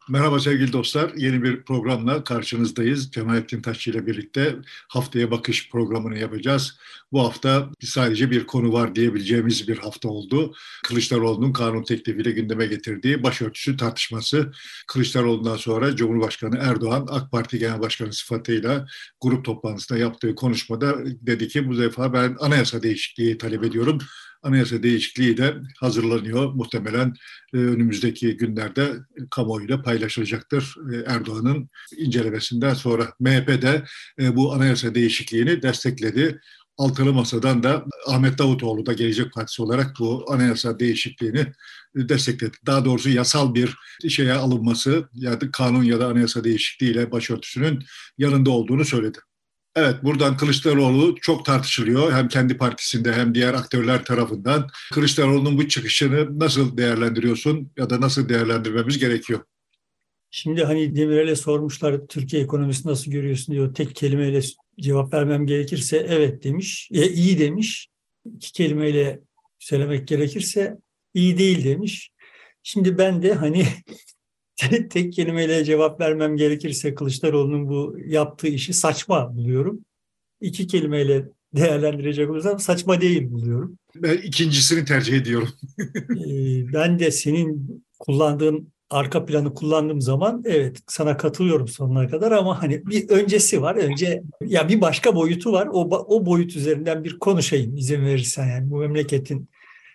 Merhaba sevgili dostlar. Yeni bir programla karşınızdayız. Cemalettin Taşçı ile birlikte haftaya bakış programını yapacağız. Bu hafta sadece bir konu var diyebileceğimiz bir hafta oldu. Kılıçdaroğlu'nun kanun teklifiyle gündeme getirdiği başörtüsü tartışması. Kılıçdaroğlu'ndan sonra Cumhurbaşkanı Erdoğan AK Parti Genel Başkanı sıfatıyla grup toplantısında yaptığı konuşmada dedi ki bu defa ben anayasa değişikliği talep ediyorum. Anayasa değişikliği de hazırlanıyor. Muhtemelen önümüzdeki günlerde kamuoyuyla paylaşılacaktır. Erdoğan'ın incelemesinden sonra MHP de bu anayasa değişikliğini destekledi. Altılı Masa'dan da Ahmet Davutoğlu da Gelecek Partisi olarak bu anayasa değişikliğini destekledi. Daha doğrusu yasal bir şeye alınması, yani kanun ya da anayasa değişikliğiyle başörtüsünün yanında olduğunu söyledi. Evet, buradan Kılıçdaroğlu çok tartışılıyor. Hem kendi partisinde hem diğer aktörler tarafından. Kılıçdaroğlu'nun bu çıkışını nasıl değerlendiriyorsun ya da nasıl değerlendirmemiz gerekiyor? Şimdi hani Demirel'e sormuşlar Türkiye ekonomisini nasıl görüyorsun diyor. Tek kelimeyle cevap vermem gerekirse evet demiş. İyi demiş. İki kelimeyle söylemek gerekirse iyi değil demiş. Şimdi ben de hani tek kelimeyle cevap vermem gerekirse Kılıçdaroğlu'nun bu yaptığı işi saçma buluyorum. İki kelimeyle değerlendirecek olursam saçma değil buluyorum. Ben ikincisini tercih ediyorum. Ben de senin kullandığın arka planı kullandığım zaman evet sana katılıyorum sonuna kadar ama hani bir öncesi var. Önce ya bir başka boyutu var. O boyut üzerinden bir konuşayım izin verirsen yani bu memleketin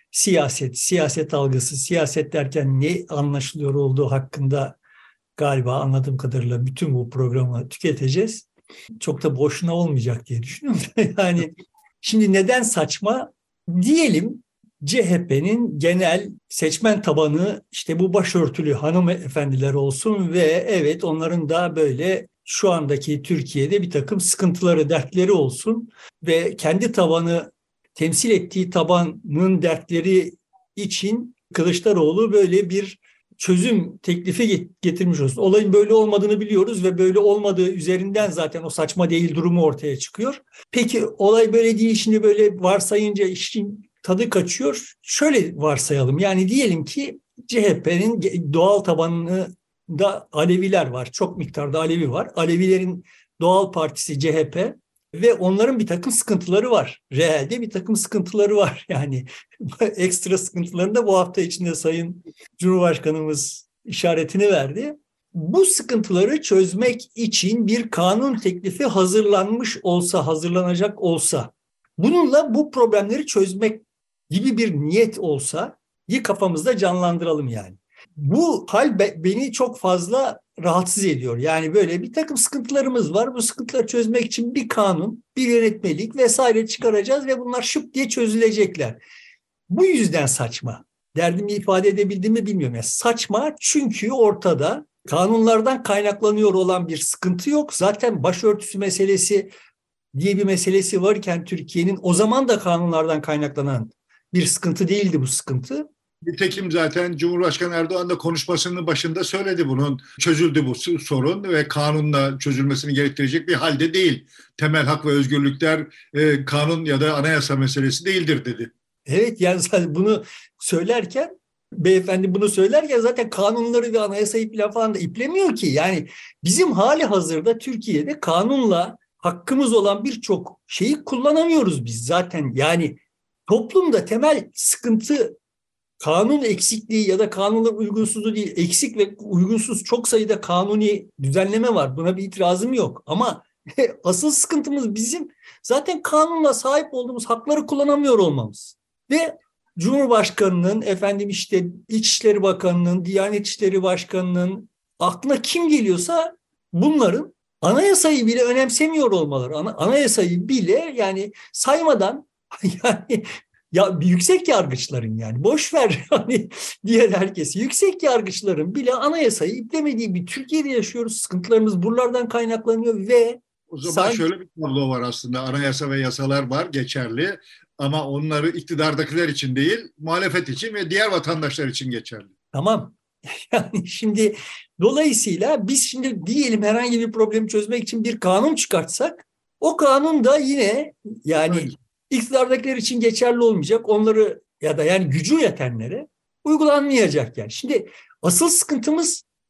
siyaset algısı, siyaset derken ne anlaşılıyor olduğu hakkında galiba anladığım kadarıyla bütün bu programı tüketeceğiz. Çok da boşuna olmayacak diye düşünüyorum. Yani şimdi neden saçma? Diyelim CHP'nin genel seçmen tabanı işte bu başörtülü hanımefendiler olsun ve evet onların da böyle şu andaki Türkiye'de bir takım sıkıntıları, dertleri olsun ve kendi tabanı temsil ettiği tabanın dertleri için Kılıçdaroğlu böyle bir çözüm teklifi getirmiş olsun. Olayın böyle olmadığını biliyoruz ve böyle olmadığı üzerinden zaten o saçma değil durumu ortaya çıkıyor. Peki olay böyle değil, şimdi böyle varsayınca işin tadı kaçıyor. Şöyle varsayalım, yani diyelim ki CHP'nin doğal tabanında Aleviler var. Çok miktarda Alevi var. Alevilerin doğal partisi CHP ve onların bir takım sıkıntıları var. Realde bir takım sıkıntıları var. Yani ekstra sıkıntılarını da bu hafta içinde Sayın Cumhurbaşkanımız işaretini verdi. Bu sıkıntıları çözmek için bir kanun teklifi hazırlanmış olsa, hazırlanacak olsa, bununla bu problemleri çözmek gibi bir niyet olsa, kafamızda canlandıralım yani. Bu hal beni çok fazla rahatsız ediyor. Yani böyle bir takım sıkıntılarımız var. Bu sıkıntıları çözmek için bir kanun, bir yönetmelik vesaire çıkaracağız ve bunlar şıp diye çözülecekler. Bu yüzden saçma. Derdimi ifade edebildiğimi bilmiyorum. Yani saçma çünkü ortada kanunlardan kaynaklanıyor olan bir sıkıntı yok. Zaten başörtüsü meselesi diye bir meselesi varken Türkiye'nin o zaman da kanunlardan kaynaklanan bir sıkıntı değildi bu sıkıntı. Nitekim zaten Cumhurbaşkanı Erdoğan da konuşmasının başında söyledi bunun çözüldü bu sorun ve kanunla çözülmesini gerektirecek bir halde değil. Temel hak ve özgürlükler kanun ya da anayasa meselesi değildir dedi. Evet, yani bunu söylerken beyefendi bunu söylerken zaten kanunları ve anayasayı falan da iplemiyor ki. Yani bizim hali hazırda Türkiye'de kanunla hakkımız olan birçok şeyi kullanamıyoruz biz zaten. Yani toplumda temel sıkıntı kanun eksikliği ya da kanunların uygunsuzluğu değil. Eksik ve uygunsuz çok sayıda kanuni düzenleme var. Buna bir itirazım yok. Ama asıl sıkıntımız bizim zaten kanunla sahip olduğumuz hakları kullanamıyor olmamız. Ve Cumhurbaşkanının, efendim işte İçişleri Bakanı'nın, Diyanet İşleri Başkanı'nın aklına kim geliyorsa bunların anayasayı bile önemsemiyor olmaları. Anayasayı bile yani saymadan yani ya yüksek yargıçların, yani boş ver hani diğer herkesi, yüksek yargıçların bile anayasayı iplemediği bir Türkiye'de yaşıyoruz. Sıkıntılarımız buralardan kaynaklanıyor ve O zaman sanki şöyle bir tablo var aslında. Anayasa ve yasalar var geçerli ama onları iktidardakiler için değil, muhalefet için ve diğer vatandaşlar için geçerli. tamam. Yani şimdi dolayısıyla biz şimdi diyelim herhangi bir problemi çözmek için bir kanun çıkartsak, o kanun da yine yani Aynı. iktidardakiler için geçerli olmayacak. Onları ya da yani gücü yetenlere uygulanmayacak yani. Şimdi asıl sıkıntımız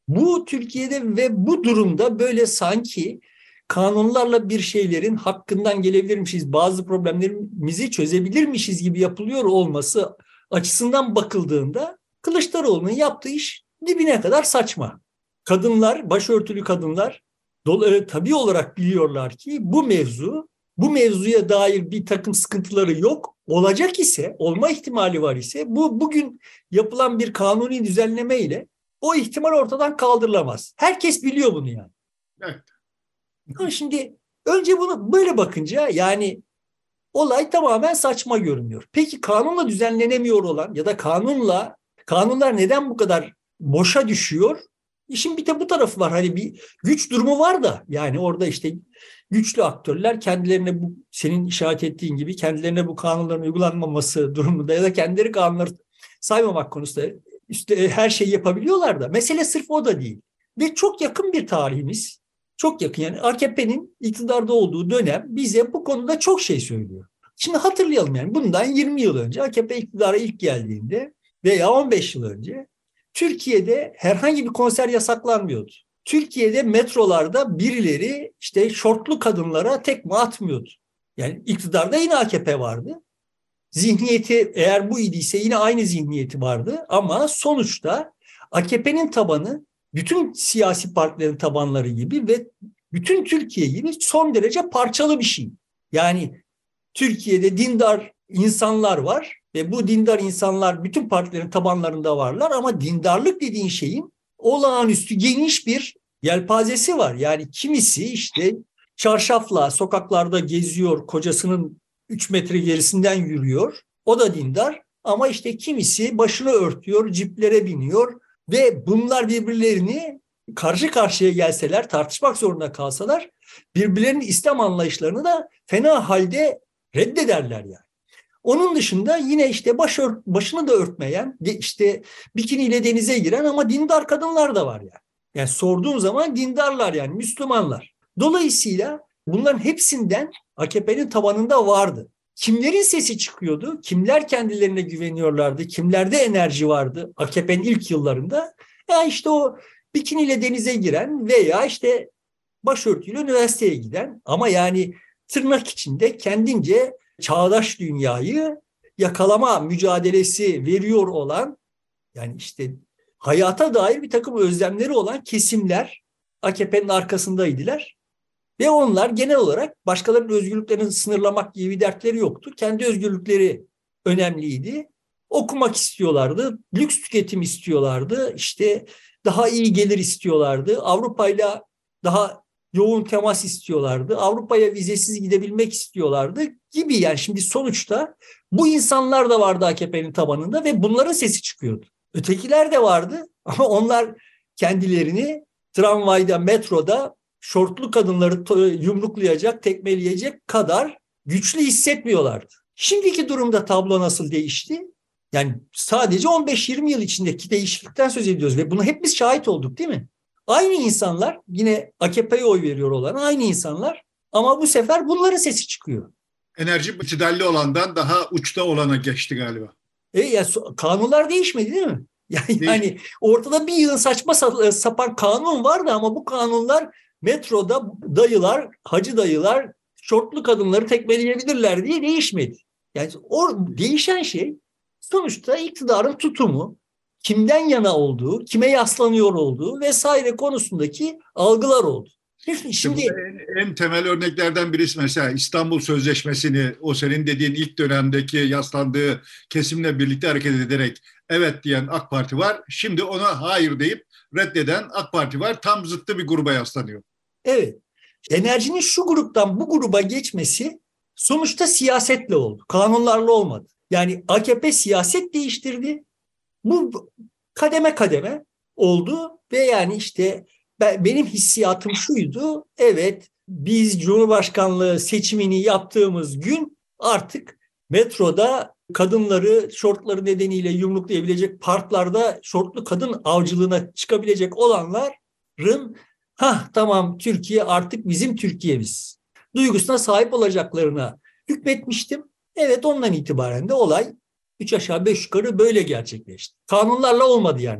Bu Türkiye'de ve bu durumda böyle sanki kanunlarla bir şeylerin hakkından gelebilirmişiz, bazı problemlerimizi çözebilirmişiz gibi yapılıyor olması açısından bakıldığında Kılıçdaroğlu'nun yaptığı iş dibine kadar saçma. Kadınlar, başörtülü kadınlar tabii olarak biliyorlar ki bu mevzuya dair bir takım sıkıntıları yok. Olacak ise, olma ihtimali var ise bugün yapılan bir kanuni düzenleme ile o ihtimal ortadan kaldırılamaz. Herkes biliyor bunu yani. Evet. Ama şimdi önce bunu böyle bakınca yani olay tamamen saçma görünüyor. Peki kanunla düzenlenemiyor olan ya da kanunlar neden bu kadar boşa düşüyor? İşin bir de bu tarafı var. Hani bir güç durumu var da yani orada işte güçlü aktörler kendilerine bu senin işaret ettiğin gibi kendilerine bu kanunların uygulanmaması durumunda ya da kendileri kanunları saymamak konusunda her şeyi yapabiliyorlar da mesele sırf o da değil. Ve çok yakın bir tarihimiz, çok yakın yani AKP'nin iktidarda olduğu dönem bize bu konuda çok şey söylüyor. Şimdi hatırlayalım yani bundan 20 yıl önce AKP iktidara ilk geldiğinde veya 15 yıl önce Türkiye'de herhangi bir konser yasaklanmıyordu. Türkiye'de metrolarda birileri işte şortlu kadınlara tekme atmıyordu. Yani iktidarda yine AKP vardı. Zihniyeti eğer bu idiyse yine aynı zihniyeti vardı ama sonuçta AKP'nin tabanı bütün siyasi partilerin tabanları gibi ve bütün Türkiye gibi son derece parçalı bir şey. Yani Türkiye'de dindar insanlar var ve bu dindar insanlar bütün partilerin tabanlarında varlar ama dindarlık dediğin şeyin olağanüstü geniş bir yelpazesi var. Yani kimisi işte çarşafla sokaklarda geziyor, kocasının 3 metre gerisinden yürüyor. O da dindar ama işte kimisi başını örtüyor, ciplere biniyor ve bunlar birbirlerini karşı karşıya gelseler, tartışmak zorunda kalsalar birbirlerinin İslam anlayışlarını da fena halde reddederler yani. Onun dışında yine işte başını da örtmeyen, işte bikiniyle denize giren ama dindar kadınlar da var yani. Yani sorduğun zaman dindarlar yani Müslümanlar. Dolayısıyla bunların hepsinden AKP'nin tabanında vardı. Kimlerin sesi çıkıyordu? Kimler kendilerine güveniyorlardı? Kimlerde enerji vardı AKP'nin ilk yıllarında? Ya işte o bikiniyle denize giren veya işte başörtüyle üniversiteye giden ama yani tırnak içinde kendince çağdaş dünyayı yakalama mücadelesi veriyor olan yani işte hayata dair bir takım özlemleri olan kesimler AKP'nin arkasındaydılar. Ve onlar genel olarak başkalarının özgürlüklerini sınırlamak gibi bir dertleri yoktu. Kendi özgürlükleri önemliydi. Okumak istiyorlardı, lüks tüketim istiyorlardı, işte daha iyi gelir istiyorlardı, Avrupa'yla daha yoğun temas istiyorlardı, Avrupa'ya vizesiz gidebilmek istiyorlardı gibi yani şimdi sonuçta bu insanlar da vardı AKP'nin tabanında ve bunların sesi çıkıyordu. Ötekiler de vardı ama onlar kendilerini tramvayda, metroda şortlu kadınları yumruklayacak, tekmeleyecek kadar güçlü hissetmiyorlardı. Şimdiki durumda tablo nasıl değişti? Yani sadece 15-20 yıl içindeki değişiklikten söz ediyoruz ve buna hep biz şahit olduk değil mi? Aynı insanlar yine AKP'ye oy veriyor olan aynı insanlar ama bu sefer bunların sesi çıkıyor. Enerji itidalli olandan daha uçta olana geçti galiba. Ya, kanunlar değişmedi değil mi? Yani ortada bir yığın saçma sapan kanun vardı ama bu kanunlar metroda dayılar, hacı dayılar şortlu kadınları tekmeleyebilirler diye değişmedi. Yani değişen şey sonuçta iktidarın tutumu, kimden yana olduğu, kime yaslanıyor olduğu vesaire konusundaki algılar oldu. Şimdi en temel örneklerden birisi mesela İstanbul Sözleşmesi'ni o senin dediğin ilk dönemdeki yaslandığı kesimle birlikte hareket ederek evet diyen AK Parti var. Şimdi ona hayır deyip reddeden AK Parti var. Tam zıttı bir gruba yaslanıyor. Evet. Enerjinin şu gruptan bu gruba geçmesi sonuçta siyasetle oldu. Kanunlarla olmadı. Yani AKP siyaset değiştirdi. Bu kademe kademe oldu ve yani işte benim hissiyatım şuydu. Evet, biz Cumhurbaşkanlığı seçimini yaptığımız gün artık metroda kadınları şortları nedeniyle yumruklayabilecek, parklarda şortlu kadın avcılığına çıkabilecek olanların tamam Türkiye artık bizim Türkiye'miz duygusuna sahip olacaklarına hükmetmiştim. Evet, ondan itibaren de olay 3 aşağı 5 yukarı böyle gerçekleşti. Kanunlarla olmadı yani olay.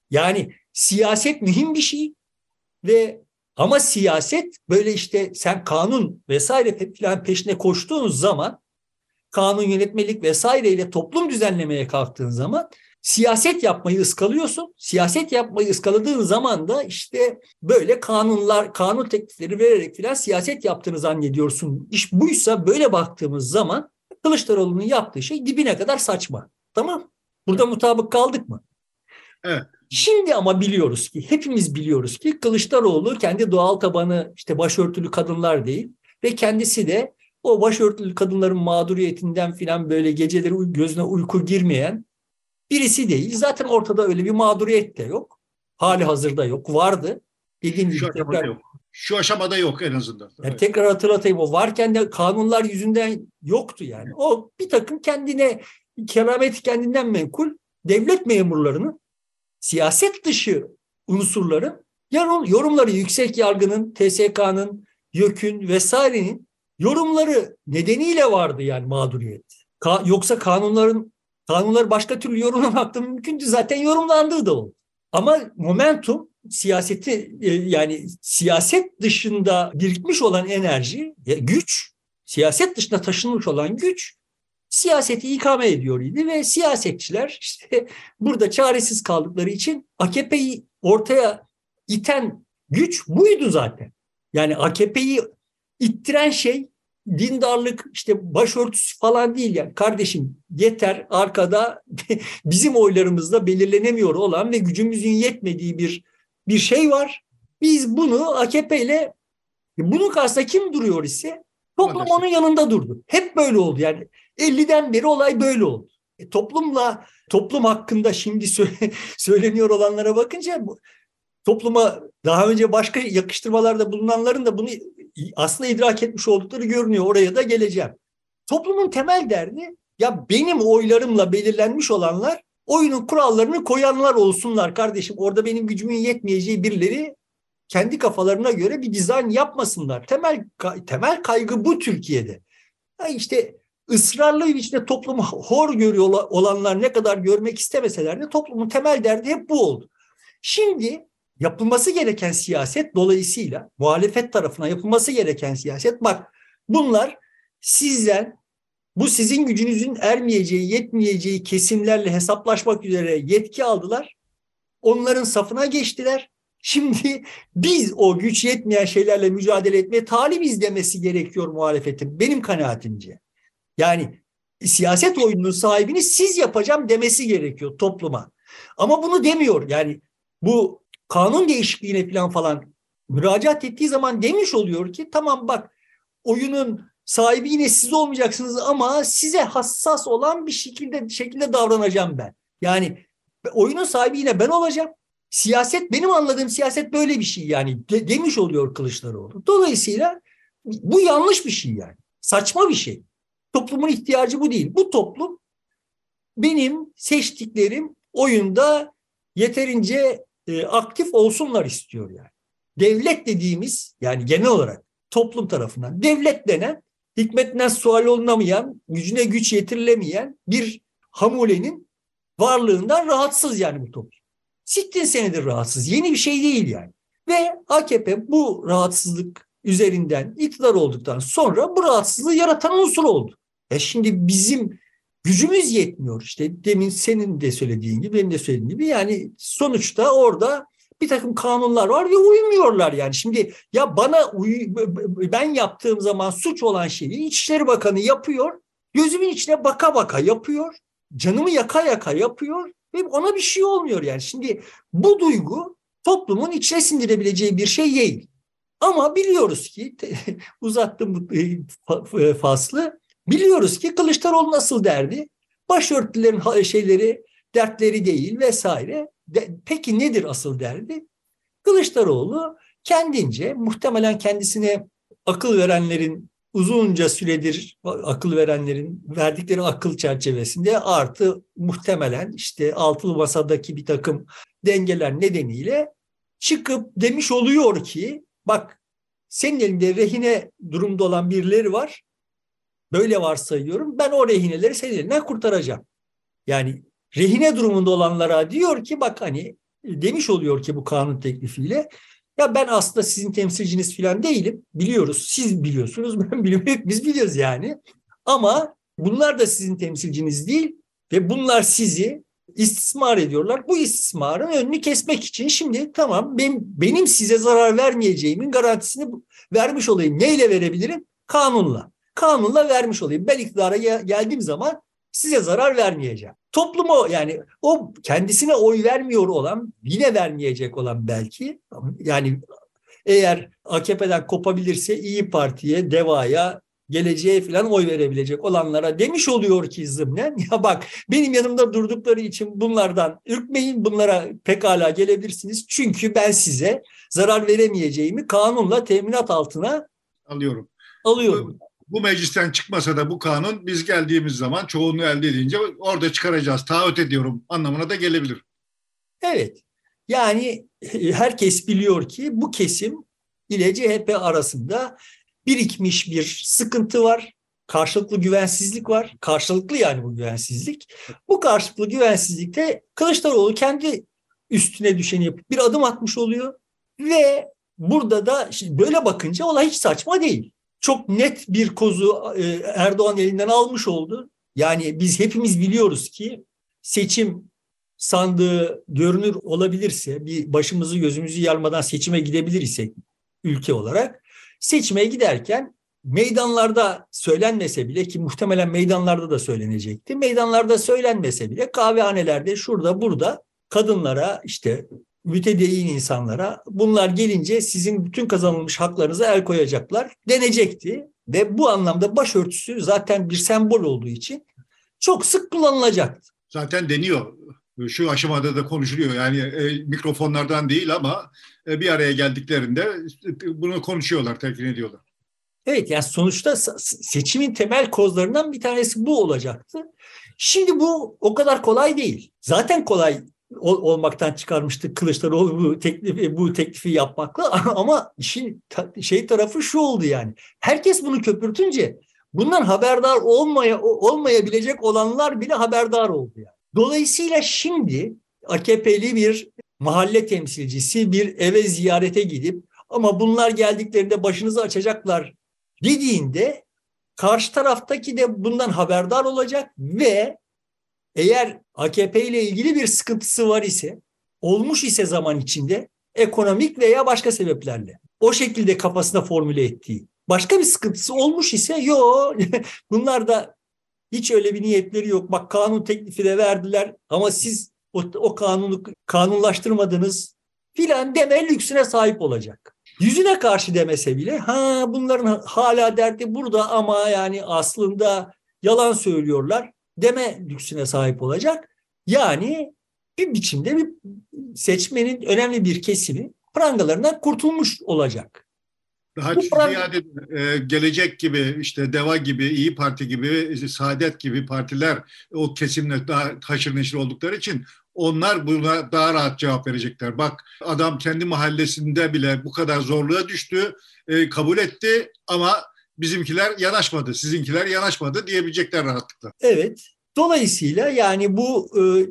Yani siyaset mühim bir şey ve ama siyaset böyle işte sen kanun vesaire falan peşine koştuğun zaman, kanun yönetmelik vesaireyle toplum düzenlemeye kalktığın zaman siyaset yapmayı ıskalıyorsun. Siyaset yapmayı ıskaladığın zaman da işte böyle kanunlar, kanun teklifleri vererek filan siyaset yaptığını zannediyorsun. İş buysa böyle baktığımız zaman Kılıçdaroğlu'nun yaptığı şey dibine kadar saçma. Tamam? Burada mutabık kaldık mı? Evet. Şimdi ama biliyoruz ki, hepimiz biliyoruz ki Kılıçdaroğlu kendi doğal tabanı işte başörtülü kadınlar değil ve kendisi de o başörtülü kadınların mağduriyetinden filan böyle geceleri gözüne uyku girmeyen birisi değil. Zaten ortada öyle bir mağduriyet de yok. Hali hazırda yok. Vardı. Dediğim Şu gibi aşamada tekrar, yok. Şu aşamada yok en azından. yani Evet. tekrar hatırlatayım, o varken de kanunlar yüzünden yoktu yani. O bir takım kendine keramet kendinden menkul devlet memurlarının siyaset dışı unsurların yorumları, yüksek yargının, TSK'nın, YÖK'ün vesairenin yorumları nedeniyle vardı yani mağduriyet. Yoksa kanunları başka türlü yorumlamak da mümkündü. Zaten yorumlandığı da oldu. Ama momentum siyaseti, yani siyaset dışında birikmiş olan enerji, güç, siyaset dışında taşınmış olan güç siyaseti ikame ediyor idi ve siyasetçiler işte burada çaresiz kaldıkları için AKP'yi ortaya iten güç buydu zaten. Yani AKP'yi ittiren şey dindarlık, işte başörtüsü falan değil yani. Kardeşim yeter, arkada bizim oylarımızla belirlenemiyor olan ve gücümüzün yetmediği bir şey var. Biz bunu AKP ile, bunun karşısında kim duruyor ise toplum onun yanında durdu. Hep böyle oldu yani. 50'den beri olay böyle oldu. Toplum hakkında şimdi söyleniyor olanlara bakınca topluma daha önce başka yakıştırmalarda bulunanların da bunu aslında idrak etmiş oldukları görünüyor. Oraya da geleceğim. Toplumun temel derdi, ya benim oylarımla belirlenmiş olanlar oyunun kurallarını koyanlar olsunlar kardeşim. Orada benim gücümün yetmeyeceği birileri kendi kafalarına göre bir dizayn yapmasınlar. Temel kaygı bu Türkiye'de. Yani işte ısrarlı bir biçimde toplumu hor görüyor olanlar ne kadar görmek istemeseler de toplumun temel derdi hep bu oldu. Şimdi yapılması gereken siyaset, dolayısıyla muhalefet tarafına yapılması gereken siyaset, bak bunlar sizden, bu sizin gücünüzün ermeyeceği, yetmeyeceği kesimlerle hesaplaşmak üzere yetki aldılar. Onların safına geçtiler. Şimdi biz o güç yetmeyen şeylerle mücadele etmeye talibiz demesi gerekiyor muhalefetin, benim kanaatimce. Yani siyaset oyununun sahibini siz yapacağım demesi gerekiyor topluma. Ama bunu demiyor. Yani bu kanun değişikliğine falan müracaat ettiği zaman demiş oluyor ki tamam bak, oyunun sahibi yine siz olmayacaksınız ama size hassas olan bir şekilde davranacağım ben. Yani oyunun sahibi yine ben olacağım. Siyaset, benim anladığım siyaset böyle bir şey yani demiş oluyor Kılıçdaroğlu. Dolayısıyla bu yanlış bir şey yani. Saçma bir şey. Toplumun ihtiyacı bu değil. Bu toplum benim seçtiklerim oyunda yeterince aktif olsunlar istiyor yani. Devlet dediğimiz, yani genel olarak toplum tarafından devlet denen, hikmetinden sual olunamayan, gücüne güç yetirilemeyen bir hamulenin varlığından rahatsız yani bu toplum. 60 senedir rahatsız. Yeni bir şey değil yani. Ve AKP bu rahatsızlık üzerinden iktidar olduktan sonra bu rahatsızlığı yaratan unsur oldu. Şimdi bizim gücümüz yetmiyor. İşte demin senin de söylediğin gibi, benim de söylediğim gibi, yani sonuçta orada bir takım kanunlar var ve uymuyorlar yani. Şimdi ya ben yaptığım zaman suç olan şeyi İçişleri Bakanı yapıyor. Gözümün içine baka baka yapıyor. Canımı yaka yaka yapıyor ve ona bir şey olmuyor yani. Şimdi bu duygu toplumun içine sindirebileceği bir şey değil. Ama biliyoruz ki uzattım faslı. Biliyoruz ki Kılıçdaroğlu nasıl derdi? Başörtülerin dertleri değil vesaire. Peki nedir asıl derdi? Kılıçdaroğlu kendince, muhtemelen kendisine akıl verenlerin, uzunca süredir akıl verenlerin verdikleri akıl çerçevesinde, artı muhtemelen işte altılı masadaki bir takım dengeler nedeniyle çıkıp demiş oluyor ki bak, senin elinde rehine durumda olan birileri var. Böyle varsayıyorum. Ben o rehineleri senin elinden kurtaracağım. Yani rehine durumunda olanlara diyor ki bak, hani demiş oluyor ki bu kanun teklifiyle, ya ben aslında sizin temsilciniz falan değilim. Biliyoruz, siz biliyorsunuz, ben biliyorum, hepimiz biliyoruz yani. Ama bunlar da sizin temsilciniz değil ve bunlar sizi istismar ediyorlar. Bu istismarın önünü kesmek için şimdi tamam, benim size zarar vermeyeceğimin garantisini vermiş olayım. Neyle verebilirim? Kanunla. Kanunla vermiş olayım. Ben iktidara geldiğim zaman size zarar vermeyeceğim. Toplumu, yani o kendisine oy vermiyor olan, yine vermeyecek olan belki, yani eğer AKP'den kopabilirse İyi Parti'ye, DEVA'ya, Geleceğe falan oy verebilecek olanlara demiş oluyor ki zımnen, ya bak benim yanımda durdukları için bunlardan ürkmeyin, bunlara pekala gelebilirsiniz. Çünkü ben size zarar veremeyeceğimi kanunla teminat altına Alıyorum. alıyorum. Bu meclisten çıkmasa da bu kanun biz geldiğimiz zaman çoğunluğu elde edince orada çıkaracağız, taahhüt ediyorum anlamına da gelebilir. Evet, yani herkes biliyor ki bu kesim ile CHP arasında birikmiş bir sıkıntı var. Karşılıklı güvensizlik var. Karşılıklı yani bu güvensizlik. Bu karşılıklı güvensizlikte Kılıçdaroğlu kendi üstüne düşeni yapıp bir adım atmış oluyor. Ve burada da böyle bakınca olay hiç saçma değil. Çok net bir kozu Erdoğan elinden almış oldu. Yani biz hepimiz biliyoruz ki seçim sandığı görünür olabilirse, bir başımızı gözümüzü yarmadan seçime gidebilir isek ülke olarak, seçime giderken meydanlarda söylenmese bile, ki muhtemelen meydanlarda da söylenecekti, meydanlarda söylenmese bile kahvehanelerde şurada burada kadınlara, işte mütedeyyin insanlara, bunlar gelince sizin bütün kazanılmış haklarınıza el koyacaklar denecekti. Ve bu anlamda başörtüsü zaten bir sembol olduğu için çok sık kullanılacaktı. Zaten deniyor. Şu aşamada da konuşuluyor. Yani mikrofonlardan değil ama bir araya geldiklerinde bunu konuşuyorlar, telkin ediyorlar. Evet, yani sonuçta seçimin temel kozlarından bir tanesi bu olacaktı. Şimdi bu o kadar kolay değil. Zaten kolay olmaktan çıkarmıştı Kılıçdaroğlu bu teklifi yapmakla, ama işin tarafı şu oldu yani. Herkes bunu köpürtünce bundan haberdar olmayabilecek olanlar bile haberdar oldu yani. Dolayısıyla şimdi AKP'li bir mahalle temsilcisi bir eve ziyarete gidip ama bunlar geldiklerinde başınızı açacaklar dediğinde karşı taraftaki de bundan haberdar olacak ve eğer AKP ile ilgili bir sıkıntısı var ise, olmuş ise zaman içinde ekonomik veya başka sebeplerle o şekilde kafasında formüle ettiği başka bir sıkıntısı olmuş ise, yok bunlar da hiç öyle bir niyetleri yok. Bak kanun teklifi de verdiler ama siz o kanunu kanunlaştırmadınız filan deme lüksüne sahip olacak. Yüzüne karşı demese bile bunların hala derdi burada ama yani aslında yalan söylüyorlar deme lüksüne sahip olacak. Yani bir biçimde bir seçmenin önemli bir kesimi prangalarından kurtulmuş olacak. Daha Bu ziyade Gelecek gibi, işte DEVA gibi, İyi Parti gibi, Saadet gibi partiler o kesimle daha haşır neşir oldukları için onlar buna daha rahat cevap verecekler. Bak adam kendi mahallesinde bile bu kadar zorluğa düştü, kabul etti ama bizimkiler yanaşmadı, sizinkiler yanaşmadı diyebilecekler rahatlıkla. Evet. Dolayısıyla yani bu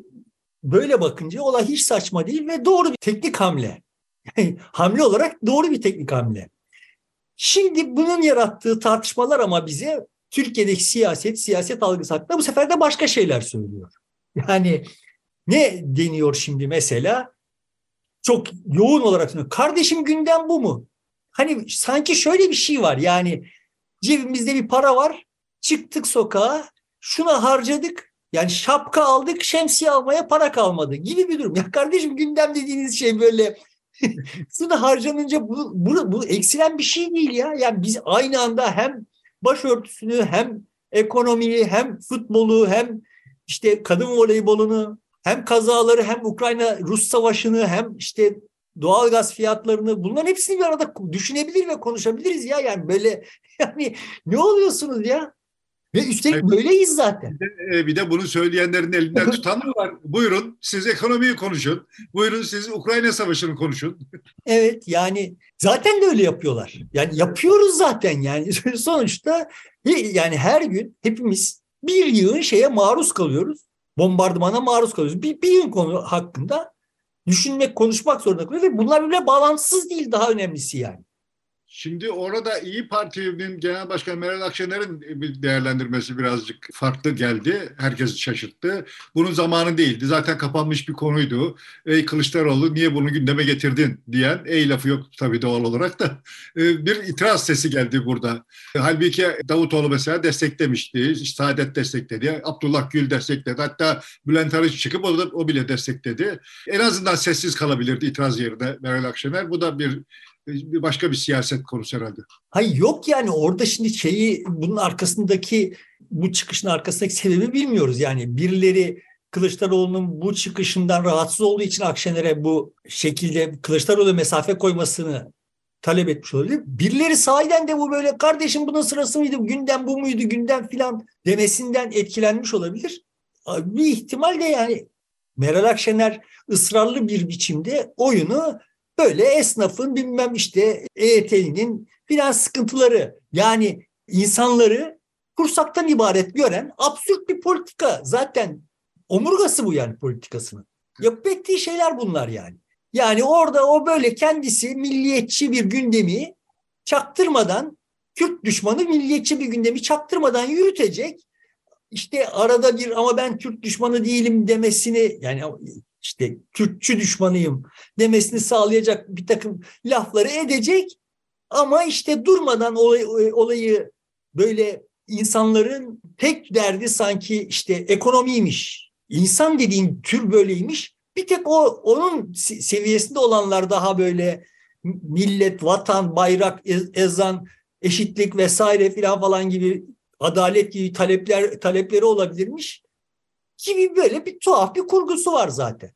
böyle bakınca olay hiç saçma değil ve doğru bir teknik hamle. Hamle olarak doğru bir teknik hamle. Şimdi bunun yarattığı tartışmalar ama bize Türkiye'deki siyaset algısı hakkında bu sefer de başka şeyler söylüyor. Yani ne deniyor şimdi mesela? Çok yoğun olarak söylüyor. Kardeşim gündem bu mu? Hani sanki şöyle bir şey var, yani cebimizde bir para var, çıktık sokağa, şuna harcadık, yani şapka aldık, şemsiye almaya para kalmadı gibi bir durum. Ya kardeşim gündem dediğiniz şey böyle şuna harcanınca bu eksilen bir şey değil ya. Yani biz aynı anda hem başörtüsünü hem ekonomiyi hem futbolu hem işte kadın voleybolunu hem kazaları hem Ukrayna-Rus savaşını hem işte doğalgaz fiyatlarını, bunların hepsini bir arada düşünebilir ve konuşabiliriz ya. Yani böyle yani ne oluyorsunuz ya? Ve üstelik böyleyiz zaten. Bir de bunu söyleyenlerin elinden tutanlar var. Buyurun siz ekonomiyi konuşun. Buyurun siz Ukrayna Savaşı'nı konuşun. Evet, yani zaten de öyle yapıyorlar. Yani yapıyoruz zaten yani sonuçta yani her gün hepimiz bir yığın şeye maruz kalıyoruz. Bombardımana maruz kalıyoruz. Bir yığın konu hakkında düşünmek, konuşmak zorunda kalıyor ve bunlar birbirine bağlantısız değil, daha önemlisi yani. Şimdi orada İyi Parti'nin Genel Başkanı Meral Akşener'in bir değerlendirmesi birazcık farklı geldi. Herkesi şaşırttı. Bunun zamanı değildi. Zaten kapanmış bir konuydu. Ey Kılıçdaroğlu niye bunu gündeme getirdin diyen, ey lafı yok tabii doğal olarak da bir itiraz sesi geldi burada. Halbuki Davutoğlu mesela desteklemişti. Saadet destekledi. Abdullah Gül destekledi. Hatta Bülent Arınç çıkıp o bile destekledi. En azından sessiz kalabilirdi itiraz yerine Meral Akşener. Bu da bir başka bir siyaset konusu herhalde. Hayır, yok yani orada şimdi bunun arkasındaki, bu çıkışın arkasındaki sebebi bilmiyoruz. Yani birileri Kılıçdaroğlu'nun bu çıkışından rahatsız olduğu için Akşener'e bu şekilde Kılıçdaroğlu mesafe koymasını talep etmiş olabilir. Birileri sahiden de bu böyle kardeşim bunun sırası mıydı, gündem bu muydu, gündem filan demesinden etkilenmiş olabilir. Bir ihtimal de yani Meral Akşener ısrarlı bir biçimde oyunu böyle esnafın bilmem işte EYT'nin finans sıkıntıları, yani insanları kursaktan ibaret gören absürt bir politika. Zaten omurgası bu yani politikasının. Yapıp ettiği şeyler bunlar yani. Yani orada o böyle kendisi milliyetçi bir gündemi çaktırmadan, Kürt düşmanı milliyetçi bir gündemi çaktırmadan yürütecek. İşte arada bir ama ben Kürt düşmanı değilim demesini, yani işte Kürtçü düşmanıyım demesini sağlayacak bir takım lafları edecek ama işte durmadan olayı böyle insanların tek derdi sanki işte ekonomiymiş. İnsan dediğin tür böyleymiş. Bir tek onun seviyesinde olanlar daha böyle millet, vatan, bayrak, ezan, eşitlik vesaire falan gibi, adalet gibi talepleri olabilirmiş gibi böyle bir tuhaf bir kurgusu var zaten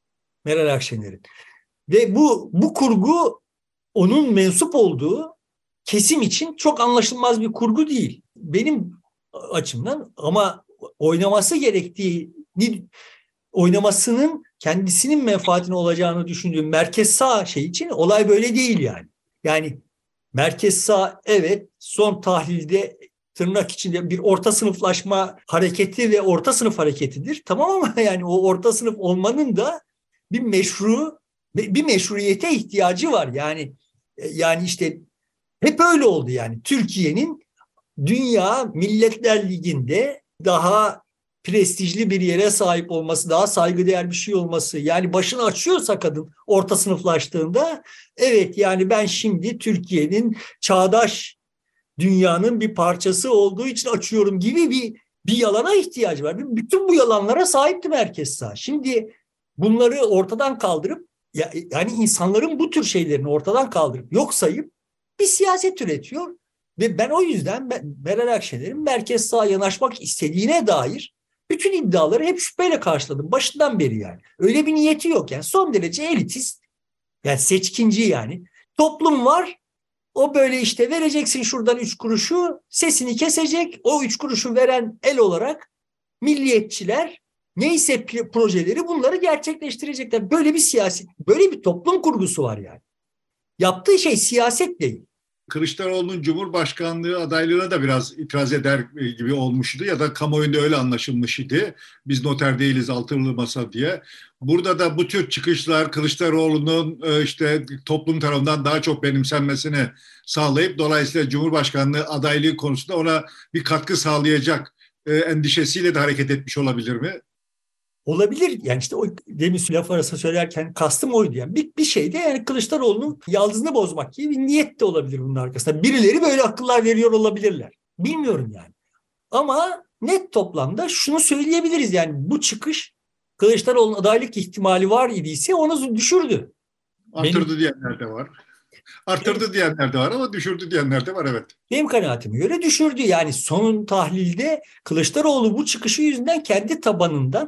Meral Akşener'in. Ve bu kurgu onun mensup olduğu kesim için çok anlaşılmaz bir kurgu değil. Benim açımdan ama oynamasının kendisinin menfaatine olacağını düşündüğüm merkez sağ için olay böyle değil yani. Yani merkez sağ evet son tahlilde tırnak içinde bir orta sınıflaşma hareketi ve orta sınıf hareketidir. Tamam ama yani o orta sınıf olmanın da bir meşruiyete ihtiyacı var. Yani işte hep öyle oldu yani. Türkiye'nin Dünya Milletler Ligi'nde daha prestijli bir yere sahip olması, daha saygıdeğer bir şey olması, yani başını açıyorsa kadın orta sınıflaştığında, evet yani ben şimdi Türkiye'nin çağdaş dünyanın bir parçası olduğu için açıyorum gibi bir yalana ihtiyacı var. Bütün bu yalanlara sahipti merkez sağ. Şimdi bunları ortadan kaldırıp yani insanların bu tür şeylerini ortadan kaldırıp yok sayıp bir siyaset üretiyor. Ve ben o yüzden Meral Akşener'in merkez sağa yanaşmak istediğine dair bütün iddiaları hep şüpheyle karşıladım. Başından beri yani. Öyle bir niyeti yok yani. Son derece elitist, yani seçkinci yani. Toplum var. O böyle işte vereceksin şuradan 3 kuruşu, sesini kesecek. O 3 kuruşu veren el olarak milliyetçiler neyse projeleri bunları gerçekleştirecekler. Böyle bir siyaset, böyle bir toplum kurgusu var yani. Yaptığı şey siyaset değil. Kılıçdaroğlu'nun Cumhurbaşkanlığı adaylığına da biraz itiraz eder gibi olmuştu ya da kamuoyunda öyle anlaşılmış idi. Biz noter değiliz altılı masa diye. Burada da bu tür çıkışlar Kılıçdaroğlu'nun işte toplum tarafından daha çok benimsenmesini sağlayıp dolayısıyla Cumhurbaşkanlığı adaylığı konusunda ona bir katkı sağlayacak endişesiyle de hareket etmiş olabilir mi? Olabilir. Yani işte o demin laf arası söylerken kastım oydu. Yani bir şeyde yani Kılıçdaroğlu'nun yaldızını bozmak gibi bir niyet de olabilir bunun arkasında. Birileri böyle akıllar veriyor olabilirler. Bilmiyorum yani. Ama net toplamda şunu söyleyebiliriz yani bu çıkış Kılıçdaroğlu'nun adaylık ihtimali var idiyse onu düşürdü. Artırdı diyenler de var. Arttırdı diyenler de var ama düşürdü diyenler de var, evet. Benim kanaatime göre düşürdü. Yani son tahlilde Kılıçdaroğlu bu çıkışı yüzünden kendi tabanından,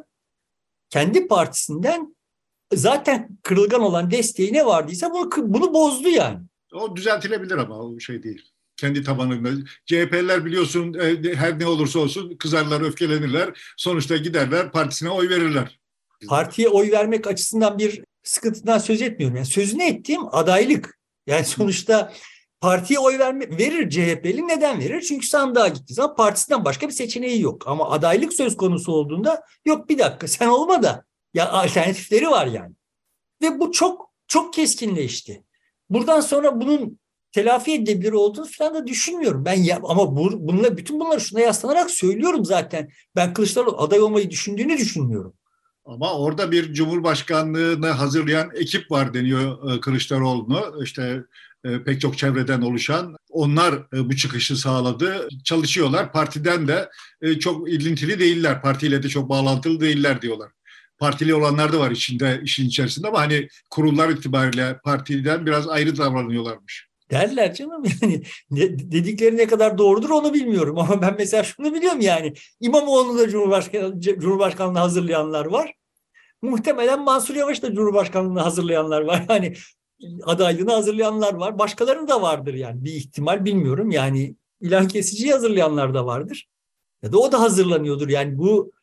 kendi partisinden zaten kırılgan olan desteği ne vardıysa bunu bozdu yani. O düzeltilebilir ama o şey değil. Kendi tabanında. CHP'liler biliyorsun her ne olursa olsun kızarlar, öfkelenirler. Sonuçta giderler partisine oy verirler. Partiye oy vermek açısından bir sıkıntıdan söz etmiyorum. Yani sözünü ettiğim adaylık. Yani sonuçta partiye oy verir CHP'li. Neden verir? Çünkü sandığa gittiği zaman partisinden başka bir seçeneği yok. Ama adaylık söz konusu olduğunda yok bir dakika sen olma da ya alternatifleri var yani. Ve bu çok çok keskinleşti. Buradan sonra bunun telafi edilebilir olduğunu falan da düşünmüyorum. Ama bütün bunları şuna yaslanarak söylüyorum zaten. Ben Kılıçdaroğlu aday olmayı düşündüğünü düşünmüyorum. Ama orada bir cumhurbaşkanlığını hazırlayan ekip var deniyor Kılıçdaroğlu'nu. İşte pek çok çevreden oluşan. Onlar bu çıkışı sağladı. Çalışıyorlar. Partiden de çok ilintili değiller. Partiyle de çok bağlantılı değiller diyorlar. Partili olanlar da var işin içerisinde ama hani kurullar itibariyle partiden biraz ayrı davranıyorlarmış. Derler canım, yani dedikleri ne kadar doğrudur onu bilmiyorum ama ben mesela şunu biliyorum, yani İmamoğlu'nu da Cumhurbaşkanlığına hazırlayanlar var. Muhtemelen Mansur Yavaş da Cumhurbaşkanlığına hazırlayanlar var. Yani adaylığını hazırlayanlar var. Başkaları da vardır yani, bir ihtimal bilmiyorum. Yani İlhan Kesici'yi hazırlayanlar da vardır. Ya da o da hazırlanıyordur. Yani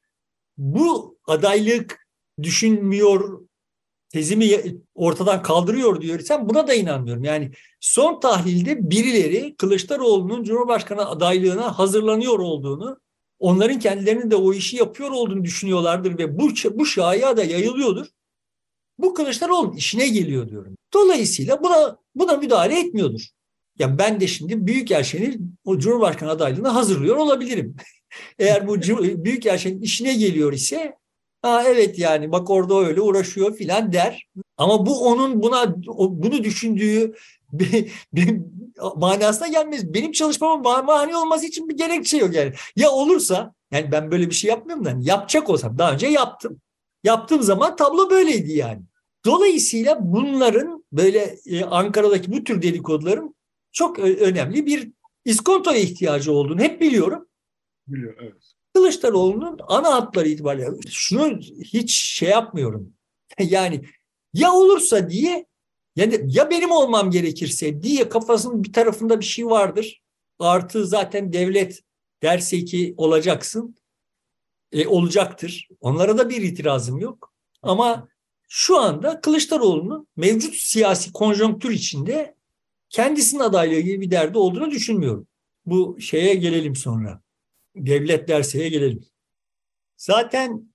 bu adaylık düşünmüyor tezimi ortadan kaldırıyor diyorsam buna da inanmıyorum. Yani son tahlilde birileri Kılıçdaroğlu'nun Cumhurbaşkanı adaylığına hazırlanıyor olduğunu, onların kendilerinin de o işi yapıyor olduğunu düşünüyorlardır ve bu şaya da yayılıyordur. Bu Kılıçdaroğlu'nun işine geliyor diyorum. Dolayısıyla buna müdahale etmiyordur. Ya ben de şimdi Büyükelçinin o Cumhurbaşkanı adaylığına hazırlıyor olabilirim. Eğer bu Büyükelçinin işine geliyor ise, ha evet yani bak orada öyle uğraşıyor filan der. Ama bu onun bunu düşündüğü bir manasına gelmez. Benim çalışmama mani olması için bir gerekçe yok yani. Ya olursa, yani ben böyle bir şey yapmıyorum da, yani yapacak olsam daha önce yaptım. Yaptığım zaman tablo böyleydi yani. Dolayısıyla bunların böyle Ankara'daki bu tür dedikoduların çok önemli bir iskontoya ihtiyacı olduğunu hep biliyorum. Biliyor, evet. Kılıçdaroğlu'nun ana hatları itibariyle şunu hiç şey yapmıyorum. Yani ya olursa diye, yani ya benim olmam gerekirse diye kafasının bir tarafında bir şey vardır. Artı zaten devlet derse ki olacaksın, olacaktır. Onlara da bir itirazım yok. Ama şu anda Kılıçdaroğlu'nun mevcut siyasi konjonktür içinde kendisinin adaylığı gibi bir derdi olduğunu düşünmüyorum. Bu şeye gelelim sonra. Devlet derseye gelelim. Zaten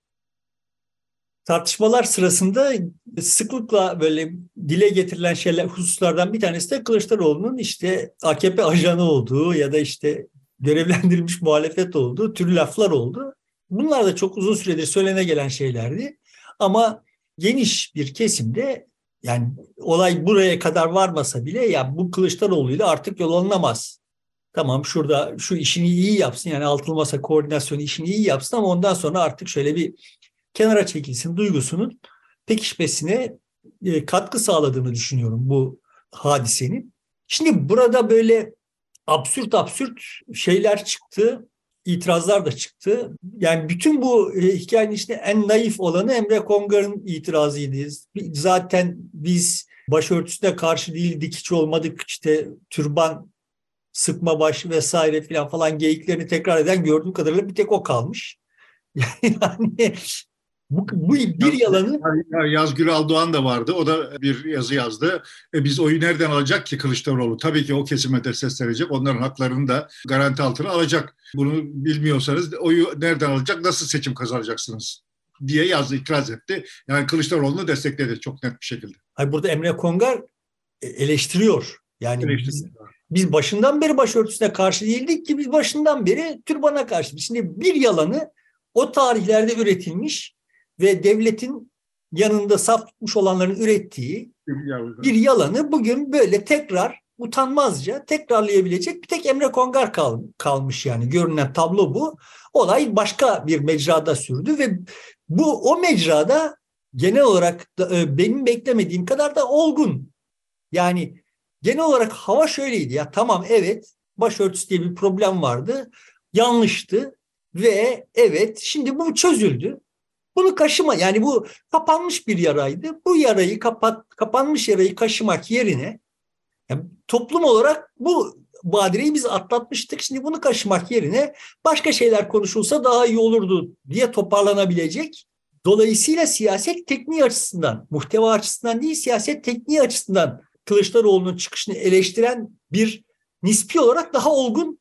tartışmalar sırasında sıklıkla böyle dile getirilen hususlardan bir tanesi de Kılıçdaroğlu'nun işte AKP ajanı olduğu ya da işte görevlendirilmiş muhalefet olduğu tür laflar oldu. Bunlar da çok uzun süredir söylene gelen şeylerdi. Ama geniş bir kesimde, yani olay buraya kadar varmasa bile, ya bu Kılıçdaroğlu'yla artık yol alınamaz. Tamam, şurada şu işini iyi yapsın, yani altılı masa koordinasyonu işini iyi yapsın ama ondan sonra artık şöyle bir kenara çekilsin duygusunun pekişmesine katkı sağladığını düşünüyorum bu hadisenin. Şimdi burada böyle absürt şeyler çıktı, itirazlar da çıktı. Yani bütün bu hikayenin içinde en naif olanı Emre Kongar'ın itirazıydı. Zaten biz başörtüsüne karşı değildik, hiç olmadık, işte türban sıkma baş vesaire falan geyiklerini tekrar eden gördüğüm kadarıyla bir tek o kalmış. Yani bu bir yalanı. Yazgül Aldoğan da vardı. O da bir yazı yazdı. Biz oyu nereden alacak ki Kılıçdaroğlu? Tabii ki o kesime de seslenecek. Onların haklarını da garanti altına alacak. Bunu bilmiyorsanız oyu nereden alacak? Nasıl seçim kazanacaksınız diye yazdı, itiraz etti. Yani Kılıçdaroğlu'nu destekledi çok net bir şekilde. Hayır, burada Emre Kongar eleştiriyor. Yani biz başından beri başörtüsüne karşı değildik ki, biz başından beri türbana karşıydık. Şimdi bir yalanı o tarihlerde üretilmiş ve devletin yanında saf tutmuş olanların ürettiği bir yalanı bugün böyle tekrar utanmazca tekrarlayabilecek bir tek Emre Kongar kalmış yani. Görünen tablo bu. Olay başka bir mecrada sürdü ve o mecrada genel olarak benim beklemediğim kadar da olgun. Yani genel olarak hava şöyleydi: ya tamam, evet, başörtüsü diye bir problem vardı. Yanlıştı ve evet, şimdi bu çözüldü. Bunu yani bu kapanmış bir yaraydı. Bu yarayı kapanmış yarayı kaşımak yerine, yani toplum olarak bu badireyi biz atlatmıştık. Şimdi bunu kaşımak yerine başka şeyler konuşulsa daha iyi olurdu diye toparlanabilecek. Dolayısıyla siyaset tekniği açısından, muhteva açısından değil, siyaset tekniği açısından Kılıçdaroğlu'nun çıkışını eleştiren bir nispi olarak daha olgun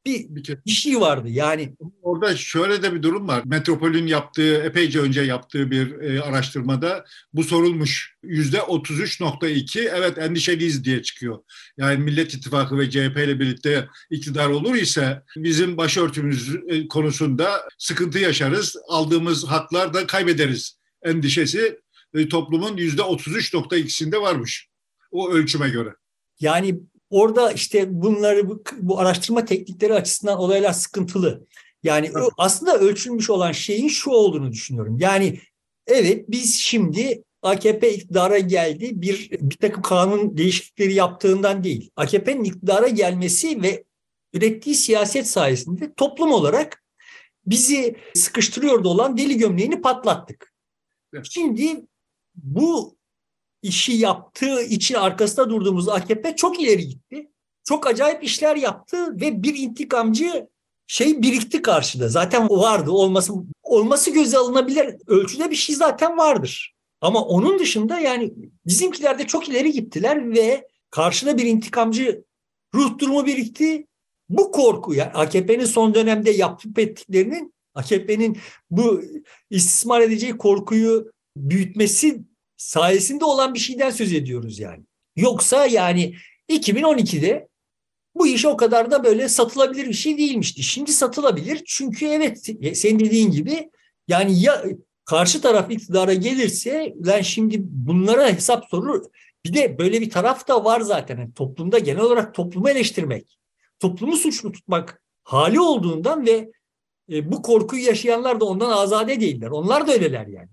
bir şey vardı. Yani orada şöyle de bir durum var. Metropol'ün yaptığı, epeyce önce yaptığı bir araştırmada bu sorulmuş. %33,2 evet endişeliyiz diye çıkıyor. Yani Millet İttifakı ve CHP ile birlikte iktidar olur ise bizim başörtümüz konusunda sıkıntı yaşarız. Aldığımız haklar da kaybederiz endişesi toplumun %33,2'sinde varmış. O ölçüme göre. Yani orada işte bu araştırma teknikleri açısından olaylar sıkıntılı. Yani aslında ölçülmüş olan şeyin şu olduğunu düşünüyorum. Yani evet, biz şimdi AKP iktidara geldi, bir takım kanun değişiklikleri yaptığından değil. AKP'nin iktidara gelmesi ve ürettiği siyaset sayesinde toplum olarak bizi sıkıştırıyordu olan deli gömleğini patlattık. Evet. Şimdi bu işi yaptığı için arkasında durduğumuz AKP çok ileri gitti. Çok acayip işler yaptı ve bir intikamcı birikti karşıda. Zaten vardı, olması göze alınabilir ölçüde bir şey zaten vardır. Ama onun dışında yani bizimkiler de çok ileri gittiler ve karşıda bir intikamcı ruh durumu birikti. Bu korku, yani AKP'nin son dönemde yapıp ettiklerinin, AKP'nin bu istismar edeceği korkuyu büyütmesi sayesinde olan bir şeyden söz ediyoruz yani. Yoksa yani 2012'de bu iş o kadar da böyle satılabilir bir şey değilmişti. Şimdi satılabilir çünkü evet, senin dediğin gibi yani ya karşı taraf iktidara gelirse lan şimdi bunlara hesap sorulur. Bir de böyle bir taraf da var zaten. Yani toplumda genel olarak toplumu eleştirmek, toplumu suçlu tutmak hali olduğundan ve bu korkuyu yaşayanlar da ondan azade değiller. Onlar da öyleler yani.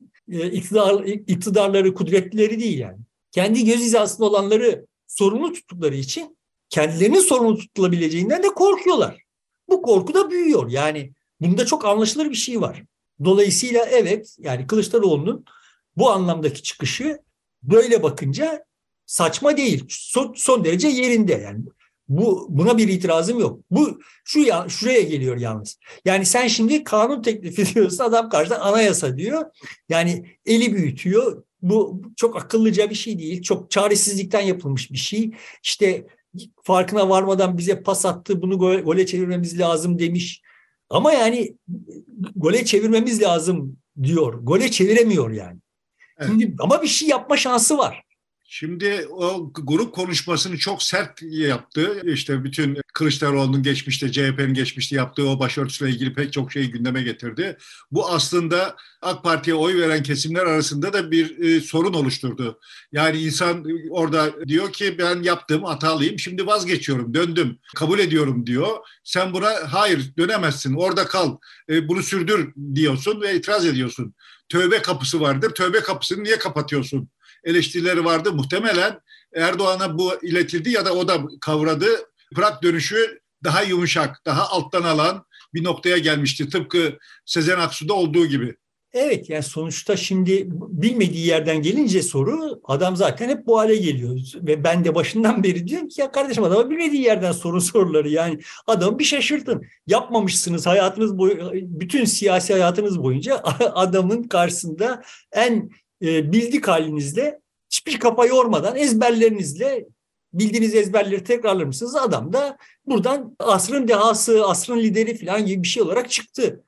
İktidarları, kudretlileri değil yani. Kendi göz hizasında olanları sorumlu tuttukları için kendilerinin sorumlu tutulabileceğinden de korkuyorlar. Bu korku da büyüyor. Yani bunda çok anlaşılır bir şey var. Dolayısıyla evet, yani Kılıçdaroğlu'nun bu anlamdaki çıkışı böyle bakınca saçma değil. Son derece yerinde yani. Buna bir itirazım yok. Şuraya geliyor yalnız. Yani sen şimdi kanun teklifi diyorsun, adam karşıdan anayasa diyor. Yani eli büyütüyor. Bu çok akıllıca bir şey değil. Çok çaresizlikten yapılmış bir şey. İşte farkına varmadan bize pas attı. Bunu gole çevirmemiz lazım demiş. Ama yani gole çevirmemiz lazım diyor. Gole çeviremiyor yani. Evet. Şimdi, ama bir şey yapma şansı var. Şimdi o grup konuşmasını çok sert yaptı. İşte bütün Kılıçdaroğlu'nun geçmişte, CHP'nin geçmişte yaptığı o başörtüsüyle ilgili pek çok şeyi gündeme getirdi. Bu aslında AK Parti'ye oy veren kesimler arasında da bir sorun oluşturdu. Yani insan orada diyor ki ben yaptım, hatalıyım, şimdi vazgeçiyorum, döndüm, kabul ediyorum diyor. Sen buna hayır dönemezsin, orada kal, bunu sürdür diyorsun ve itiraz ediyorsun. Tövbe kapısı vardır, tövbe kapısını niye kapatıyorsun? Eleştirileri vardı. Muhtemelen Erdoğan'a bu iletildi ya da o da kavradı. Prag dönüşü daha yumuşak, daha alttan alan bir noktaya gelmişti. Tıpkı Sezen Aksu'da olduğu gibi. Evet, yani sonuçta şimdi bilmediği yerden gelince soru, adam zaten hep bu hale geliyor. Ve ben de başından beri diyorum ki ya kardeşim, adama bilmediği yerden soruları, yani adamı bir şaşırtın. Yapmamışsınız hayatınız bütün siyasi hayatınız boyunca adamın karşısında en bildik halinizle, hiçbir kafa yormadan ezberlerinizle bildiğiniz ezberleri tekrarlar mısınız? Adam da buradan asrın dehası, asrın lideri falan gibi bir şey olarak çıktı.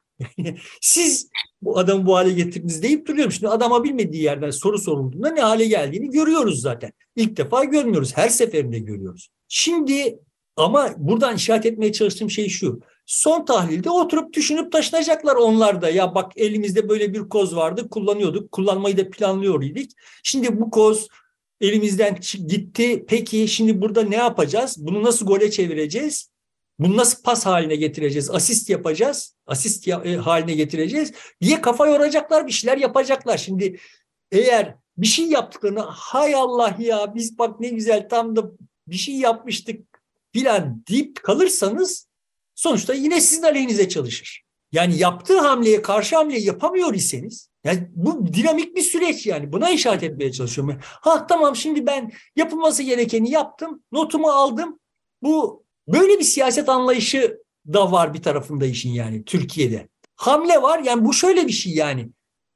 Siz bu adamı bu hale getirdiniz deyip duruyorum. Şimdi adama bilmediği yerden soru sorulduğunda ne hale geldiğini görüyoruz zaten. İlk defa görmüyoruz. Her seferinde görüyoruz. Şimdi ama buradan işaret etmeye çalıştığım şey şu. Son tahlilde oturup düşünüp taşınacaklar onlar da. Ya bak, elimizde böyle bir koz vardı, kullanıyorduk. Kullanmayı da planlıyor idik. Şimdi bu koz elimizden gitti. Peki şimdi burada ne yapacağız? Bunu nasıl gole çevireceğiz? Bunu nasıl pas haline getireceğiz? Asist yapacağız. Haline getireceğiz diye kafa yoracaklar, bir şeyler yapacaklar. Şimdi eğer bir şey yaptıklarını, hay Allah ya biz bak ne güzel tam da bir şey yapmıştık filan deyip kalırsanız sonuçta yine sizin aleyhinize çalışır. Yani yaptığı hamleye karşı hamle yapamıyor iseniz, yani bu dinamik bir süreç, yani buna işaret etmeye çalışıyorum. Ha tamam, şimdi ben yapılması gerekeni yaptım, notumu aldım. Bu böyle bir siyaset anlayışı da var bir tarafında işin, yani Türkiye'de. Hamle var, yani bu şöyle bir şey yani.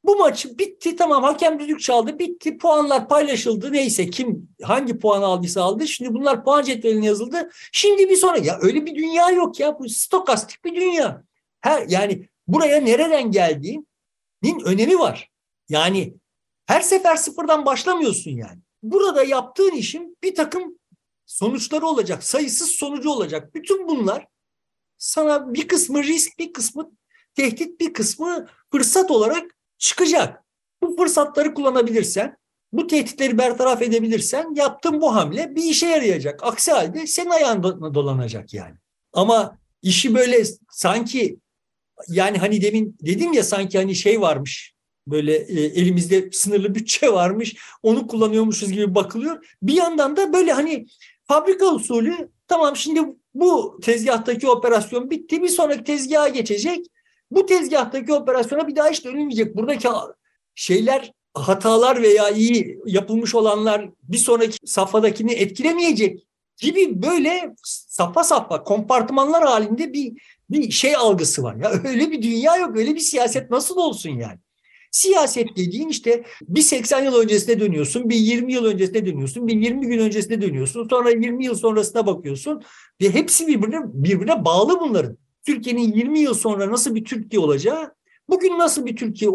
Bu maç bitti, tamam, hakem düdük çaldı, bitti, puanlar paylaşıldı, neyse kim hangi puan aldıysa aldı. Şimdi bunlar puan cetveline yazıldı. Şimdi bir sonra, ya öyle bir dünya yok ya, bu stokastik bir dünya. Yani buraya nereden geldiğinin önemi var. Yani her sefer sıfırdan başlamıyorsun yani. Burada yaptığın işin bir takım sonuçları olacak, sayısız sonucu olacak. Bütün bunlar sana bir kısmı risk, bir kısmı tehdit, bir kısmı fırsat olarak çıkacak. Bu fırsatları kullanabilirsen, bu tehditleri bertaraf edebilirsen yaptığın bu hamle bir işe yarayacak. Aksi halde senin ayağın dolanacak yani. Ama işi böyle sanki, yani hani demin dedim ya, sanki hani şey varmış, böyle elimizde sınırlı bütçe varmış, onu kullanıyormuşuz gibi bakılıyor. Bir yandan da böyle hani fabrika usulü, tamam şimdi bu tezgahtaki operasyon bitti, bir sonraki tezgaha geçecek. Bu tezgahtaki operasyona bir daha hiç dönülmeyecek. Buradaki şeyler, hatalar veya iyi yapılmış olanlar bir sonraki safhadakini etkilemeyecek gibi, böyle safha safha kompartımanlar halinde bir şey algısı var. Ya öyle bir dünya yok, öyle bir siyaset nasıl olsun yani? Siyaset dediğin işte bir 80 yıl öncesine dönüyorsun, bir 20 yıl öncesine dönüyorsun, bir 20 gün öncesine dönüyorsun, sonra 20 yıl sonrasına bakıyorsun ve hepsi birbirine bağlı bunların. Türkiye'nin 20 yıl sonra nasıl bir Türkiye olacağı, bugün nasıl bir Türkiye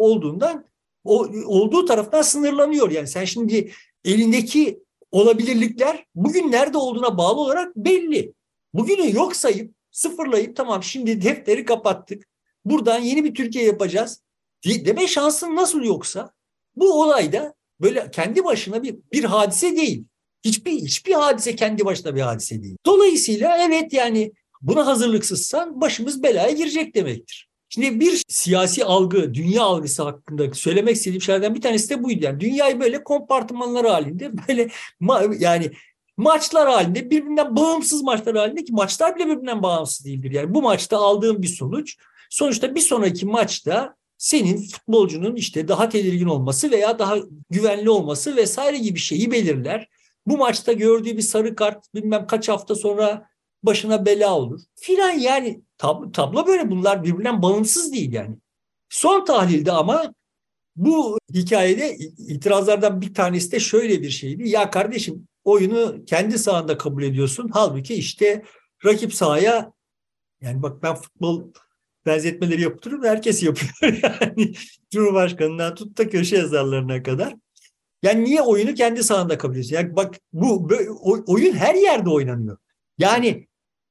olduğu taraftan sınırlanıyor. Yani sen şimdi elindeki olabilirlikler bugün nerede olduğuna bağlı olarak belli. Bugünü yok sayıp sıfırlayıp tamam şimdi defteri kapattık, buradan yeni bir Türkiye yapacağız deme şansın nasıl yoksa, bu olayda böyle kendi başına bir hadise değil. Hiçbir hadise kendi başına bir hadise değil. Dolayısıyla evet, yani buna hazırlıksızsan başımız belaya girecek demektir. Şimdi bir siyasi algı, dünya algısı hakkında söylemek istediğim şeylerden bir tanesi de buydu. Yani dünyayı böyle kompartımanlar halinde, böyle yani maçlar halinde, birbirinden bağımsız maçlar halinde, ki maçlar bile birbirinden bağımsız değildir. Yani bu maçta aldığın bir sonuçta bir sonraki maçta senin futbolcunun işte daha tedirgin olması veya daha güvenli olması vesaire gibi şeyi belirler. Bu maçta gördüğü bir sarı kart bilmem kaç hafta sonra başına bela olur filan, yani tablo böyle, bunlar birbirinden bağımsız değil yani. Son tahlilde ama bu hikayede itirazlardan bir tanesi de şöyle bir şeydi. Ya kardeşim, oyunu kendi sahanda kabul ediyorsun. Halbuki işte rakip sahaya, yani bak ben futbol benzetmeleri yaptırıyorum, herkes yapıyor yani. Cumhurbaşkanından tut da köşe yazarlarına kadar. Yani niye oyunu kendi sahanda kabul ediyorsun? Yani bak, bu oyun her yerde oynanıyor. Yani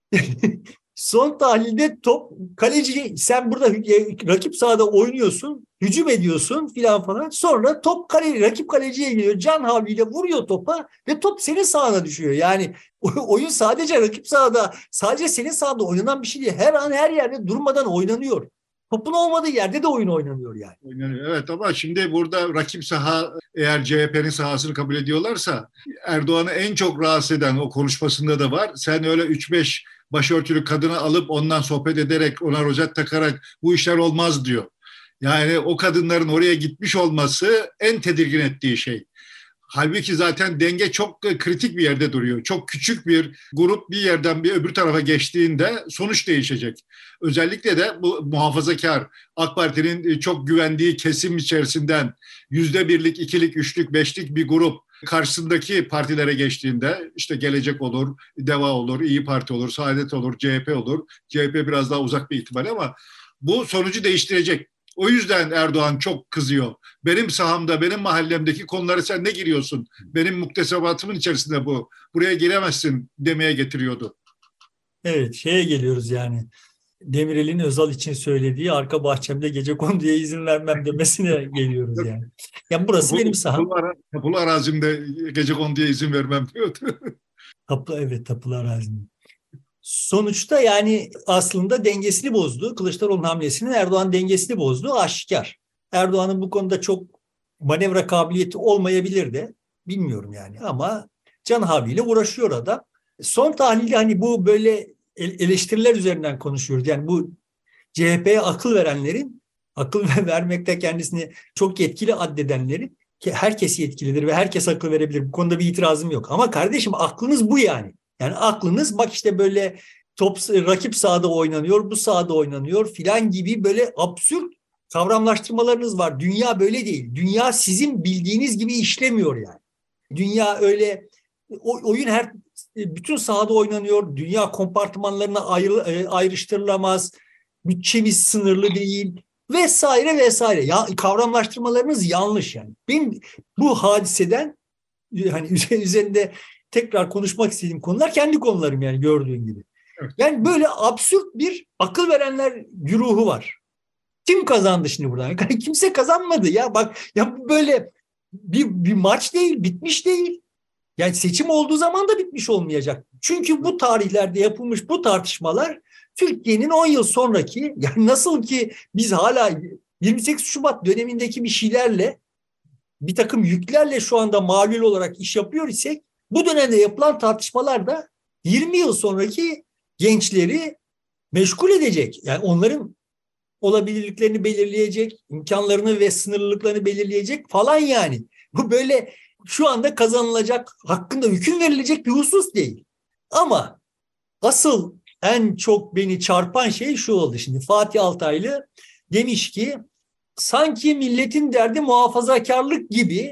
son tahlilde top kaleci, sen burada rakip sahada oynuyorsun, hücum ediyorsun filan falan. Sonra top rakip kaleciye geliyor, can havliyle vuruyor topa ve top senin sahana düşüyor. Yani oyun sadece rakip sahada, sadece senin sahada oynanan bir şey değil. Her an her yerde durmadan oynanıyor. Topun olmadığı yerde de oyun oynanıyor yani. Evet, ama şimdi burada rakip saha, eğer CHP'nin sahasını kabul ediyorlarsa, Erdoğan'ı en çok rahatsız eden o konuşmasında da var. Sen öyle 3-5 başörtülü kadını alıp ondan sohbet ederek, ona rozet takarak bu işler olmaz diyor. Yani o kadınların oraya gitmiş olması en tedirgin ettiği şey. Halbuki zaten denge çok kritik bir yerde duruyor. Çok küçük bir grup bir yerden bir öbür tarafa geçtiğinde sonuç değişecek. Özellikle de bu muhafazakar AK Parti'nin çok güvendiği kesim içerisinden %1'lik, 2'lik, 3'lük, 5'lik bir grup karşısındaki partilere geçtiğinde, işte Gelecek olur, Deva olur, İyi Parti olur, Saadet olur, CHP olur. CHP biraz daha uzak bir ihtimal ama bu sonucu değiştirecek. O yüzden Erdoğan çok kızıyor. Benim sahamda, benim mahallemdeki konulara sen ne giriyorsun? Benim muktesebatımın içerisinde bu. Buraya giremezsin demeye getiriyordu. Evet, şeye geliyoruz yani. Demirel'in Özal için söylediği arka bahçemde gecekonduya izin vermem demesine geliyoruz yani. Yani burası benim saham. Tapulu arazimde gecekonduya izin vermem diyordu. Evet, tapulu arazimde. Sonuçta yani aslında dengesini bozdu. Kılıçdaroğlu'nun hamlesinin Erdoğan dengesini bozdu, aşikar. Erdoğan'ın bu konuda çok manevra kabiliyeti olmayabilir de, bilmiyorum yani, ama can havliyle uğraşıyor adam. Son tahlilde hani bu böyle eleştiriler üzerinden konuşuyoruz. Yani bu CHP'ye akıl verenlerin, akıl vermekte kendisini çok yetkili addedenlerin, ki herkes yetkilidir ve herkes akıl verebilir. Bu konuda bir itirazım yok. Ama kardeşim, aklınız bu yani. Yani aklınız bak işte böyle rakip sahada oynanıyor, bu sahada oynanıyor filan gibi böyle absürt kavramlaştırmalarınız var. Dünya böyle değil. Dünya sizin bildiğiniz gibi işlemiyor yani. Dünya öyle oyun bütün sahada oynanıyor. Dünya kompartımanlarına ayrıştırılamaz. Bütçemiz sınırlı değil vesaire vesaire. Ya kavramlaştırmalarınız yanlış yani. Benim bu hadiseden hani üzerinde tekrar konuşmak istediğim konular kendi konularım yani gördüğün gibi. Evet. Yani böyle absürt bir akıl verenler güruhu var. Kim kazandı şimdi buradan? Kimse kazanmadı ya. Bak ya böyle bir maç değil, bitmiş değil. Yani seçim olduğu zaman da bitmiş olmayacak. Çünkü bu tarihlerde yapılmış bu tartışmalar Türkiye'nin 10 yıl sonraki, yani nasıl ki biz hala 28 Şubat dönemindeki bir şeylerle, bir takım yüklerle şu anda malul olarak iş yapıyor isek, bu dönemde yapılan tartışmalar da 20 yıl sonraki gençleri meşgul edecek. Yani onların olabilirliklerini belirleyecek, imkanlarını ve sınırlılıklarını belirleyecek falan yani. Bu böyle şu anda kazanılacak, hakkında hüküm verilecek bir husus değil. Ama asıl en çok beni çarpan şey şu oldu. Şimdi Fatih Altaylı demiş ki sanki milletin derdi muhafazakarlık gibi,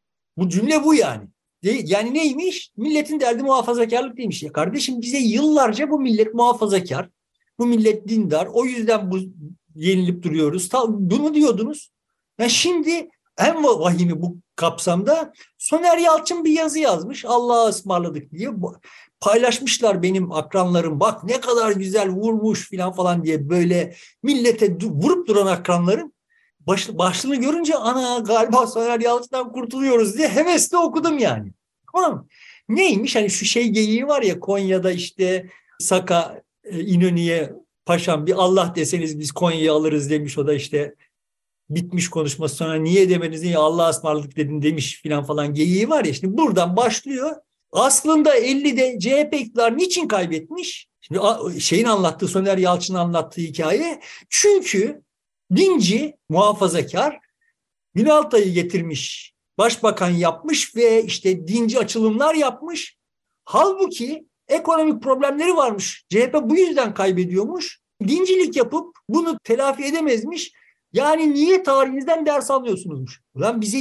bu cümle bu yani. Yani neymiş? Milletin derdi muhafazakarlık değilmiş. Ya kardeşim bize yıllarca bu millet muhafazakar, bu millet dindar, o yüzden bu yenilip duruyoruz. Bunu diyordunuz. Yani şimdi en vahimi bu kapsamda Soner Yalçın bir yazı yazmış. Allah'a ısmarladık diye paylaşmışlar benim akranlarım. Bak ne kadar güzel vurmuş falan diye böyle millete vurup duran akranlarım. Başlığını görünce ana galiba Soner Yalçın'dan kurtuluyoruz diye hevesle okudum yani. Tamam. Neymiş hani şu şey geyiği var ya, Konya'da işte Saka İnönü'ye paşam bir Allah deseniz biz Konya'yı alırız demiş, o da işte bitmiş konuşması sonra niye demeniz, niye Allah'a ısmarladık dedin demiş falan geyiği var ya, şimdi buradan başlıyor. Aslında 50'de CHP iktidarı niçin kaybetmiş? Şimdi şeyin anlattığı, Soner Yalçın'ın anlattığı hikaye, çünkü dinci, muhafazakar Günaltay'ı getirmiş, başbakan yapmış ve işte dinci açılımlar yapmış. Halbuki ekonomik problemleri varmış. CHP bu yüzden kaybediyormuş. Dincilik yapıp bunu telafi edemezmiş. Yani niye tarihinizden ders almıyorsunuzmuş? Ulan bize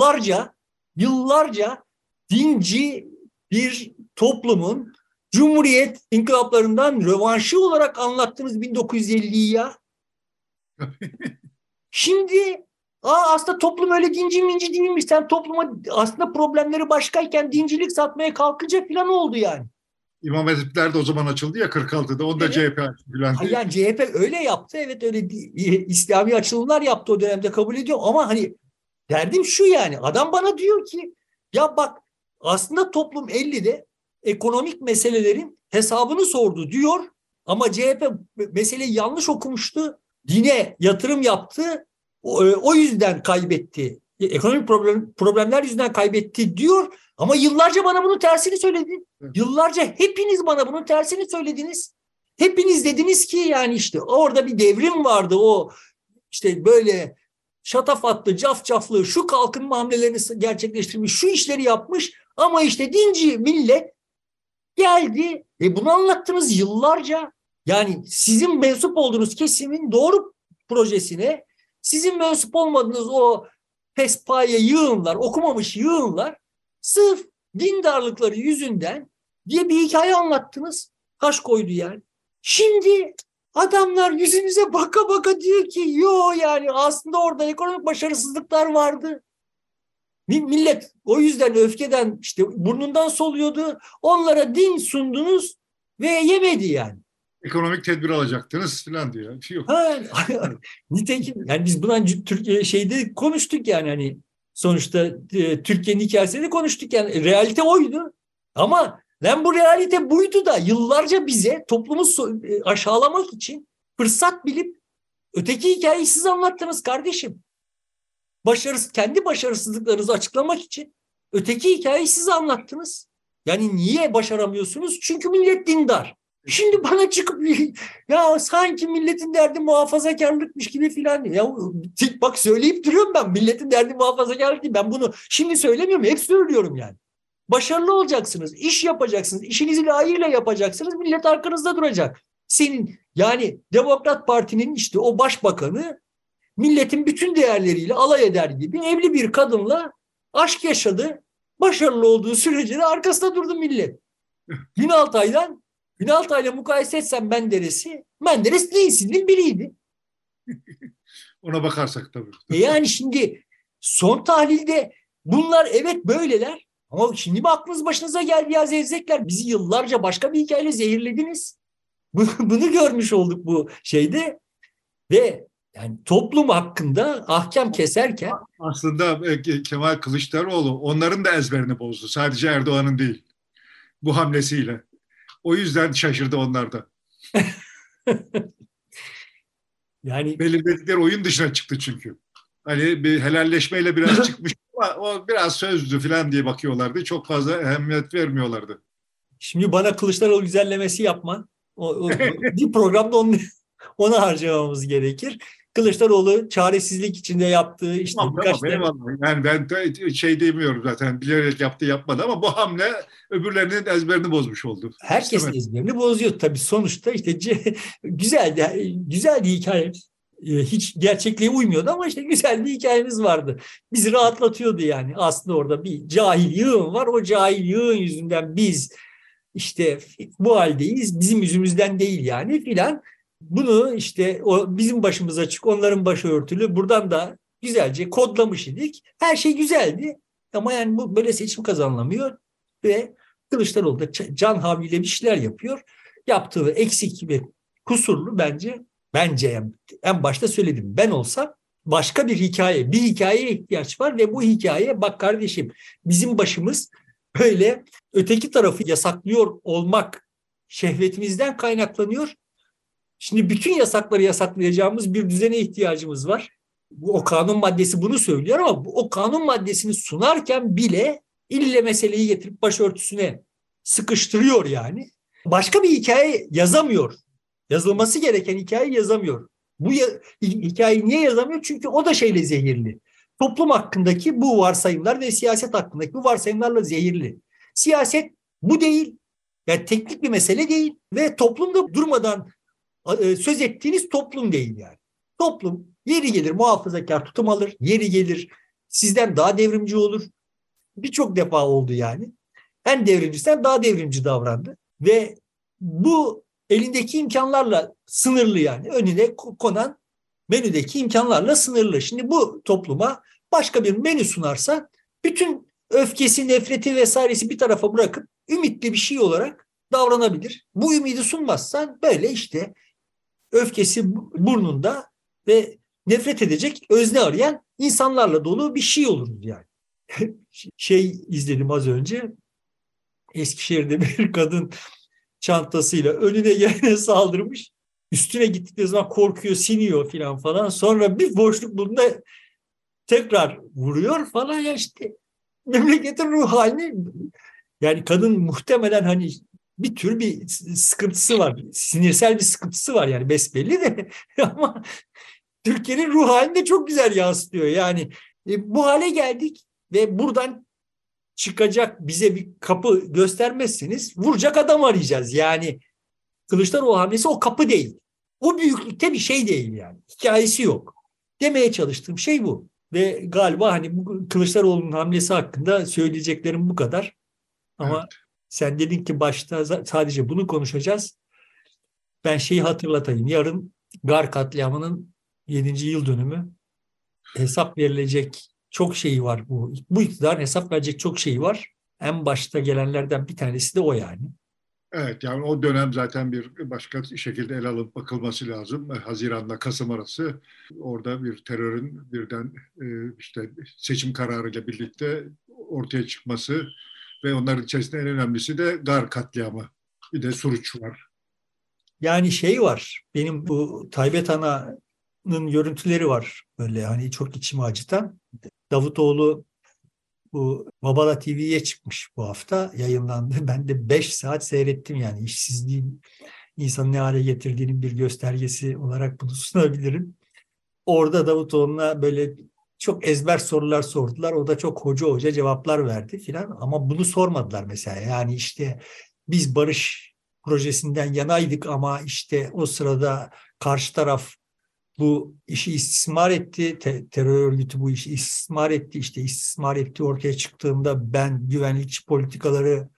yıllarca dinci bir toplumun Cumhuriyet inkılaplarından rövanşı olarak anlattınız 1950'yi ya. Şimdi aslında toplum öyle dinci minci değilmiş. Sen topluma aslında problemleri başkayken dincilik satmaya kalkınca falan oldu yani. İmam Hatipler de o zaman açıldı ya 46'da. Onu da CHP açtı falan diye. Yani CHP öyle yaptı. Evet, öyle İslami açılımlar yaptı o dönemde, kabul ediyorum. Ama hani derdim şu, yani adam bana diyor ki ya bak aslında toplum 50'de ekonomik meselelerin hesabını sordu diyor. Ama CHP meseleyi yanlış okumuştu. Dine yatırım yaptı. O yüzden kaybetti. Ekonomik problemler yüzünden kaybetti diyor. Ama yıllarca bana bunun tersini söyledin. Yıllarca hepiniz bana bunun tersini söylediniz. Hepiniz dediniz ki yani işte orada bir devrim vardı. O işte böyle şatafatlı, cafcaflı, şu kalkınma hamlelerini gerçekleştirmiş, şu işleri yapmış. Ama işte dinci millet geldi. Bunu anlattınız yıllarca. Yani sizin mensup olduğunuz kesimin doğru projesine, sizin mensup olmadığınız o pespaye yığınlar, okumamış yığınlar sırf dindarlıkları yüzünden diye bir hikaye anlattınız. Kaş koydu yani. Şimdi adamlar yüzünüze baka baka diyor ki yo yani aslında orada ekonomik başarısızlıklar vardı. Millet o yüzden öfkeden işte burnundan soluyordu. Onlara din sundunuz ve yemedi yani. Ekonomik tedbir alacaktınız falan diyor. Yok. Nitekim yani biz buna Türkiye şeyde konuştuk yani, hani sonuçta Türkiye'nin hikayesini konuştuk yani, realite oydu. Ama lan bu realite buydu da yıllarca bize toplumu aşağılamak için fırsat bilip öteki hikayeyi siz anlattınız kardeşim. Kendi başarısızlıklarınızı açıklamak için öteki hikayeyi siz anlattınız. Yani niye başaramıyorsunuz? Çünkü millet dindar. Şimdi bana çıkıp ya sanki milletin derdi muhafazakarlıkmış gibi filan. Ya bak söyleyip duruyorum ben. Milletin derdi muhafazakarlık değil. Ben bunu şimdi söylemiyorum. Hep söylüyorum yani. Başarılı olacaksınız. İş yapacaksınız. İşinizi layığıyla yapacaksınız. Millet arkanızda duracak. Senin yani Demokrat Parti'nin işte o başbakanı milletin bütün değerleriyle alay eder gibi evli bir kadınla aşk yaşadı. Başarılı olduğu sürece de arkasında durdu millet. Günaltay'la mukayese etsem Menderes değilsizin biriydi. Ona bakarsak tabii. Yani şimdi son tahlilde bunlar evet böyleler. Ama şimdi mi aklınız başınıza geldi ya zevzekler? Bizi yıllarca başka bir hikayeyle zehirlediniz. Bunu görmüş olduk bu şeyde. Ve yani toplum hakkında ahkam keserken Aslında Kemal Kılıçdaroğlu onların da ezberini bozdu. Sadece Erdoğan'ın değil. Bu hamlesiyle. O yüzden şaşırdı onlar da. yani Belirledikleri oyun dışına çıktı çünkü. Hani bir helalleşmeyle biraz çıkmış ama o biraz sözdü falan diye bakıyorlardı. Çok fazla ehemmiyet vermiyorlardı. şimdi bana Kılıçdaroğlu güzellemesi yapma. Bir programda onu harcamamız gerekir. Kılıçdaroğlu çaresizlik içinde yaptığı işte Tamam eyvallah. Yani ben de şey demiyorum zaten bilerek yaptı yapmadı ama bu hamle öbürlerinin ezberini bozmuş oldu. herkesin ezberini bozuyor. Tabii sonuçta işte güzel bir hikaye. Hiç gerçekliğe uymuyordu ama işte güzel bir hikayemiz vardı. Bizi rahatlatıyordu yani. Aslında orada bir cahil yığın var. O cahil yığın yüzünden biz işte bu haldeyiz. Bizim yüzümüzden değil yani filan. Bunu işte o bizim başımız açık, onların başı örtülü. Buradan da güzelce kodlamış idik. Her şey güzeldi. Ama yani bu böyle seçim kazanılamıyor ve Kılıçdaroğlu da can havliyle bir şeyler yapıyor. Yaptığı eksik ve kusurlu bence. Bence en başta söyledim. Ben olsam başka bir hikayeye ihtiyaç var ve bu hikaye bak kardeşim bizim başımız böyle öteki tarafı yasaklıyor olmak şehvetimizden kaynaklanıyor. Şimdi bütün yasakları yasaklayacağımız bir düzene ihtiyacımız var. O kanun maddesi bunu söylüyor ama o kanun maddesini sunarken bile ille meseleyi getirip başörtüsüne sıkıştırıyor yani. Başka bir hikaye yazamıyor. Yazılması gereken hikaye yazamıyor. Bu hikayeyi niye yazamıyor? Çünkü o da şeyle zehirli. Toplum hakkındaki bu varsayımlar ve siyaset hakkındaki bu varsayımlarla zehirli. Siyaset bu değil. Yani teknik bir mesele değil ve toplumda durmadan söz ettiğiniz toplum değil yani. Toplum yeri gelir muhafazakar tutum alır, yeri gelir sizden daha devrimci olur. Birçok defa oldu yani. En devrimcisinden daha devrimci davrandı ve bu elindeki imkanlarla sınırlı yani. Önüne konan menüdeki imkanlarla sınırlı. Şimdi bu topluma başka bir menü sunarsa bütün öfkesi, nefreti vesairesi bir tarafa bırakıp ümitli bir şey olarak davranabilir. Bu ümidi sunmazsan böyle işte öfkesi burnunda ve nefret edecek özne arayan insanlarla dolu bir şey oluruz yani. İzledim az önce. Eskişehir'de bir kadın çantasıyla önüne gelene saldırmış. Üstüne gittikleri zaman korkuyor, siniyor falan. Sonra bir boşluk bulduğunda tekrar vuruyor falan ya işte. Memleketin ruh halini yani kadın muhtemelen hani bir tür bir sıkıntısı var. Sinirsel bir sıkıntısı var yani besbelli de ama Türkiye'nin ruh halini de çok güzel yansıtıyor. Yani bu hale geldik ve buradan çıkacak bize bir kapı göstermezseniz vuracak adam arayacağız. Yani Kılıçdaroğlu hamlesi o kapı değil. O büyüklükte bir şey değil yani. Hikayesi yok. Demeye çalıştığım şey bu. Ve galiba hani bu Kılıçdaroğlu'nun hamlesi hakkında söyleyeceklerim bu kadar. Ama Evet. sen dedin ki başta sadece bunu konuşacağız. Ben şeyi hatırlatayım. Yarın Gar katliamının 7. yıl dönümü. Hesap verilecek çok şeyi var bu. Bu iktidarın hesap verecek çok şeyi var. En başta gelenlerden bir tanesi de o yani. Evet yani o dönem zaten bir başka şekilde ele alıp bakılması lazım. Haziran'la Kasım arası orada bir terörün birden işte seçim kararıyla birlikte ortaya çıkması ve onların içerisinde en önemlisi de Gar katliamı. Bir de Suruç var. Yani şey var. Benim bu Taybet Ana'nın görüntüleri var. Böyle hani çok içimi acıtan. Davutoğlu bu Babala TV'ye çıkmış bu hafta yayınlandı. Ben de 5 saat seyrettim yani işsizliğin insanı ne hale getirdiğinin bir göstergesi olarak bunu sunabilirim. Orada Davutoğlu'na böyle çok ezber sorular sordular. O da çok hoca cevaplar verdi filan. Ama bunu sormadılar mesela. Yani işte biz barış projesinden yanaydık ama işte o sırada karşı taraf bu işi istismar etti. Terör örgütü bu işi istismar etti. İşte istismar ettiği ortaya çıktığında ben güvenlikçi politikaları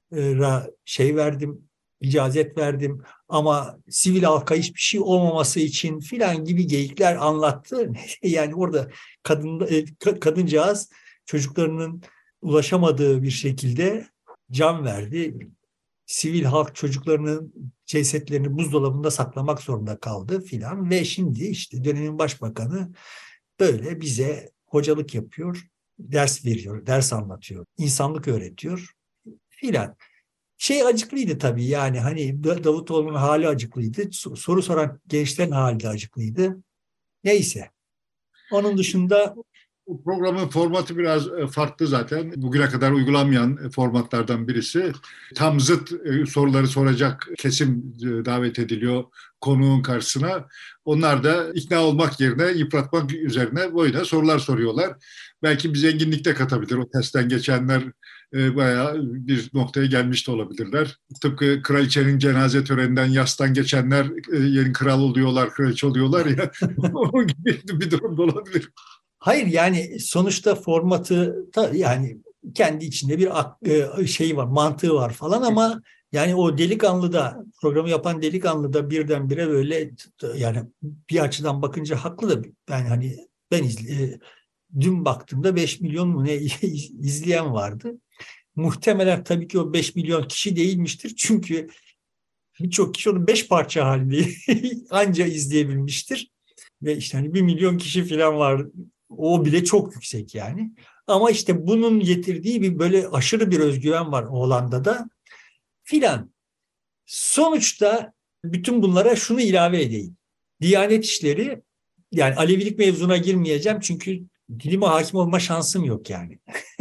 verdim, icazet verdim ama sivil halka hiçbir şey olmaması için filan gibi geyikler anlattı. Yani orada kadıncağız çocuklarının ulaşamadığı bir şekilde can verdi. Sivil halk çocuklarının cesetlerini buzdolabında saklamak zorunda kaldı filan ve şimdi işte dönemin başbakanı böyle bize hocalık yapıyor, ders veriyor, ders anlatıyor, insanlık öğretiyor filan. Acıklıydı tabii, yani hani Davutoğlu'nun hali acıklıydı. Soru soran gençlerin hali de acıklıydı. Neyse. Onun dışında Bu programın formatı biraz farklı zaten. Bugüne kadar uygulanmayan formatlardan birisi. Tam zıt soruları soracak kesim davet ediliyor konuğun karşısına. Onlar da ikna olmak yerine yıpratmak üzerine boyuna sorular soruyorlar. Belki bir zenginlik de katabilir. O testten geçenler bayağı bir noktaya gelmiş de olabilirler. Tıpkı kraliçenin cenaze töreninden yastan geçenler yeni kral oluyorlar, kraliçe oluyorlar ya. O gibi bir durum da olabilir. hayır, yani sonuçta formatı yani kendi içinde bir şey var, mantığı var falan ama yani o delikanlı da, programı yapan delikanlı da birdenbire böyle, yani bir açıdan bakınca haklı da, yani hani ben dün baktığımda 5 milyon mu ne izleyen vardı. Muhtemelen tabii ki o 5 milyon kişi değilmiştir. Çünkü birçok kişi onu 5 parça halinde anca izleyebilmiştir. Ve işte hani 1 milyon kişi falan var. O bile çok yüksek yani. Ama işte bunun getirdiği bir böyle aşırı bir özgüven var oğlanda da filan. Sonuçta bütün bunlara şunu ilave edeyim. Diyanet İşleri, yani Alevilik mevzuna girmeyeceğim çünkü dilime hakim olma şansım yok yani.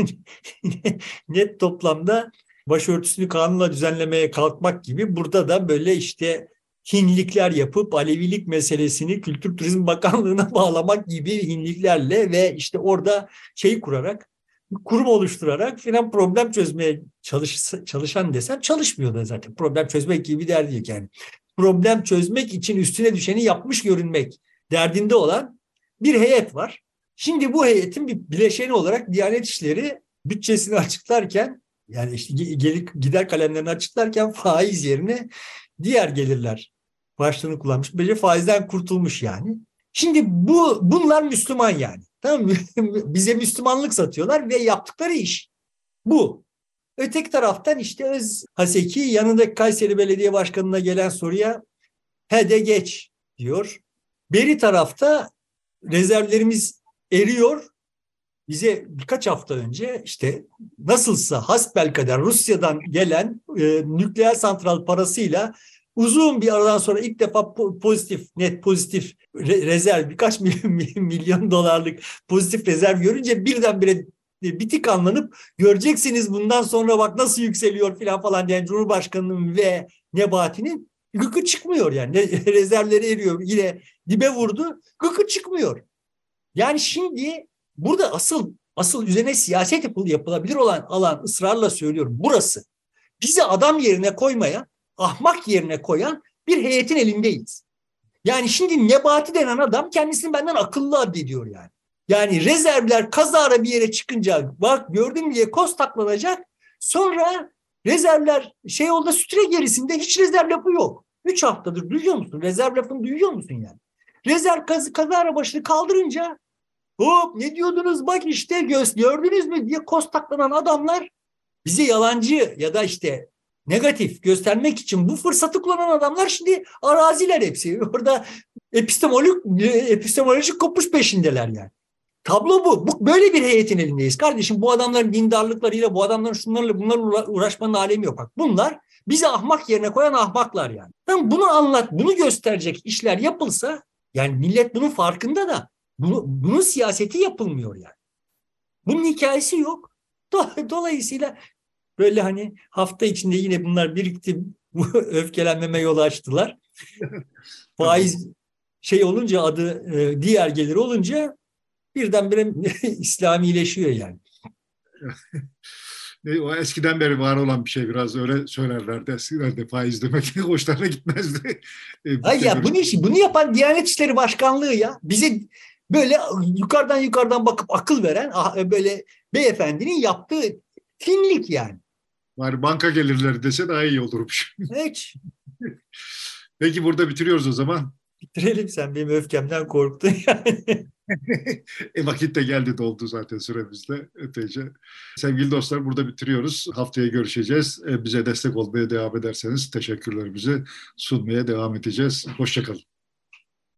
Net toplamda başörtüsünü kanunla düzenlemeye kalkmak gibi burada da böyle işte hinlikler yapıp Alevilik meselesini Kültür Turizm Bakanlığı'na bağlamak gibi hinliklerle ve işte orada kurarak, kurum oluşturarak falan problem çözmeye çalışan desem çalışmıyor da zaten. Problem çözmek gibi bir derdi yok yani. Problem çözmek için üstüne düşeni yapmış görünmek derdinde olan bir heyet var. Şimdi bu heyetin bir bileşeni olarak Diyanet İşleri bütçesini açıklarken, yani işte gider kalemlerini açıklarken faiz yerine diğer gelirler başlığını kullanmış. Böylece faizden kurtulmuş yani. Şimdi bunlar Müslüman yani. Tamam mı? Bize Müslümanlık satıyorlar ve yaptıkları iş bu. Öteki taraftan işte Öz Haseki yanındaki Kayseri Belediye Başkanı'na gelen soruya he de geç diyor. Beri tarafta rezervlerimiz eriyor. Bize birkaç hafta önce işte nasılsa hasbelkader Rusya'dan gelen nükleer santral parasıyla uzun bir aradan sonra ilk defa net pozitif rezerv, birkaç milyon dolarlık pozitif rezerv görünce birdenbire bitik anlanıp göreceksiniz bundan sonra bak nasıl yükseliyor falan diyen Cumhurbaşkanı'nın ve Nebati'nin gıkı çıkmıyor yani. Rezervleri eriyor, yine dibe vurdu, gıkı çıkmıyor. Yani şimdi burada asıl üzerine siyaset yapılabilir olan alan, ısrarla söylüyorum, burası. Bizi adam yerine koymaya, ahmak yerine koyan bir heyetin elindeyiz. Yani şimdi Nebati denen adam kendisini benden akıllı addediyor yani. Yani rezervler kazara bir yere çıkınca bak gördün mü diye koz taklanacak. Sonra rezervler olda sütre gerisinde hiç rezerv lafı yok. 3 haftadır duyuyor musun? Rezerv lafını duyuyor musun yani? Rezerv kazara başını kaldırınca hop ne diyordunuz bak işte gördünüz mü diye kostaklanan adamlar, bize yalancı ya da işte negatif göstermek için bu fırsatı kullanan adamlar şimdi araziler hepsi. Orada epistemolojik kopuş peşindeler yani. Tablo bu. Böyle bir heyetin elindeyiz. Kardeşim bu adamların dindarlıklarıyla, bu adamların şunlarla bunlarla uğraşmanın alemi yok. Bak bunlar bizi ahmak yerine koyan ahmaklar yani. Tamam, bunu anlat, bunu gösterecek işler yapılsa, yani millet bunun farkında da bunun siyaseti yapılmıyor yani. Bunun hikayesi yok. Dolayısıyla böyle hani hafta içinde yine bunlar birikti, öfkelenmeme yol açtılar. Tamam. Faiz olunca, adı diğer gelir olunca birdenbire İslamileşiyor yani. O eskiden beri var olan bir şey, biraz öyle söylerlerdi. Eskiden de faiz demek hoşlarına gitmezdi. Ay ya bunu yapan Diyanet İşleri Başkanlığı ya. Bize böyle yukarıdan bakıp akıl veren böyle beyefendinin yaptığı finlik yani. Var banka gelirleri dese daha iyi olurmuş. Hiç. Peki burada bitiriyoruz o zaman. Bitirelim, sen benim öfkemden korktun yani. Vakit de geldi, doldu zaten süremizde epeyce. Sevgili dostlar, burada bitiriyoruz. Haftaya görüşeceğiz. Bize destek olmaya devam ederseniz teşekkürlerimizi sunmaya devam edeceğiz. Hoşça kalın.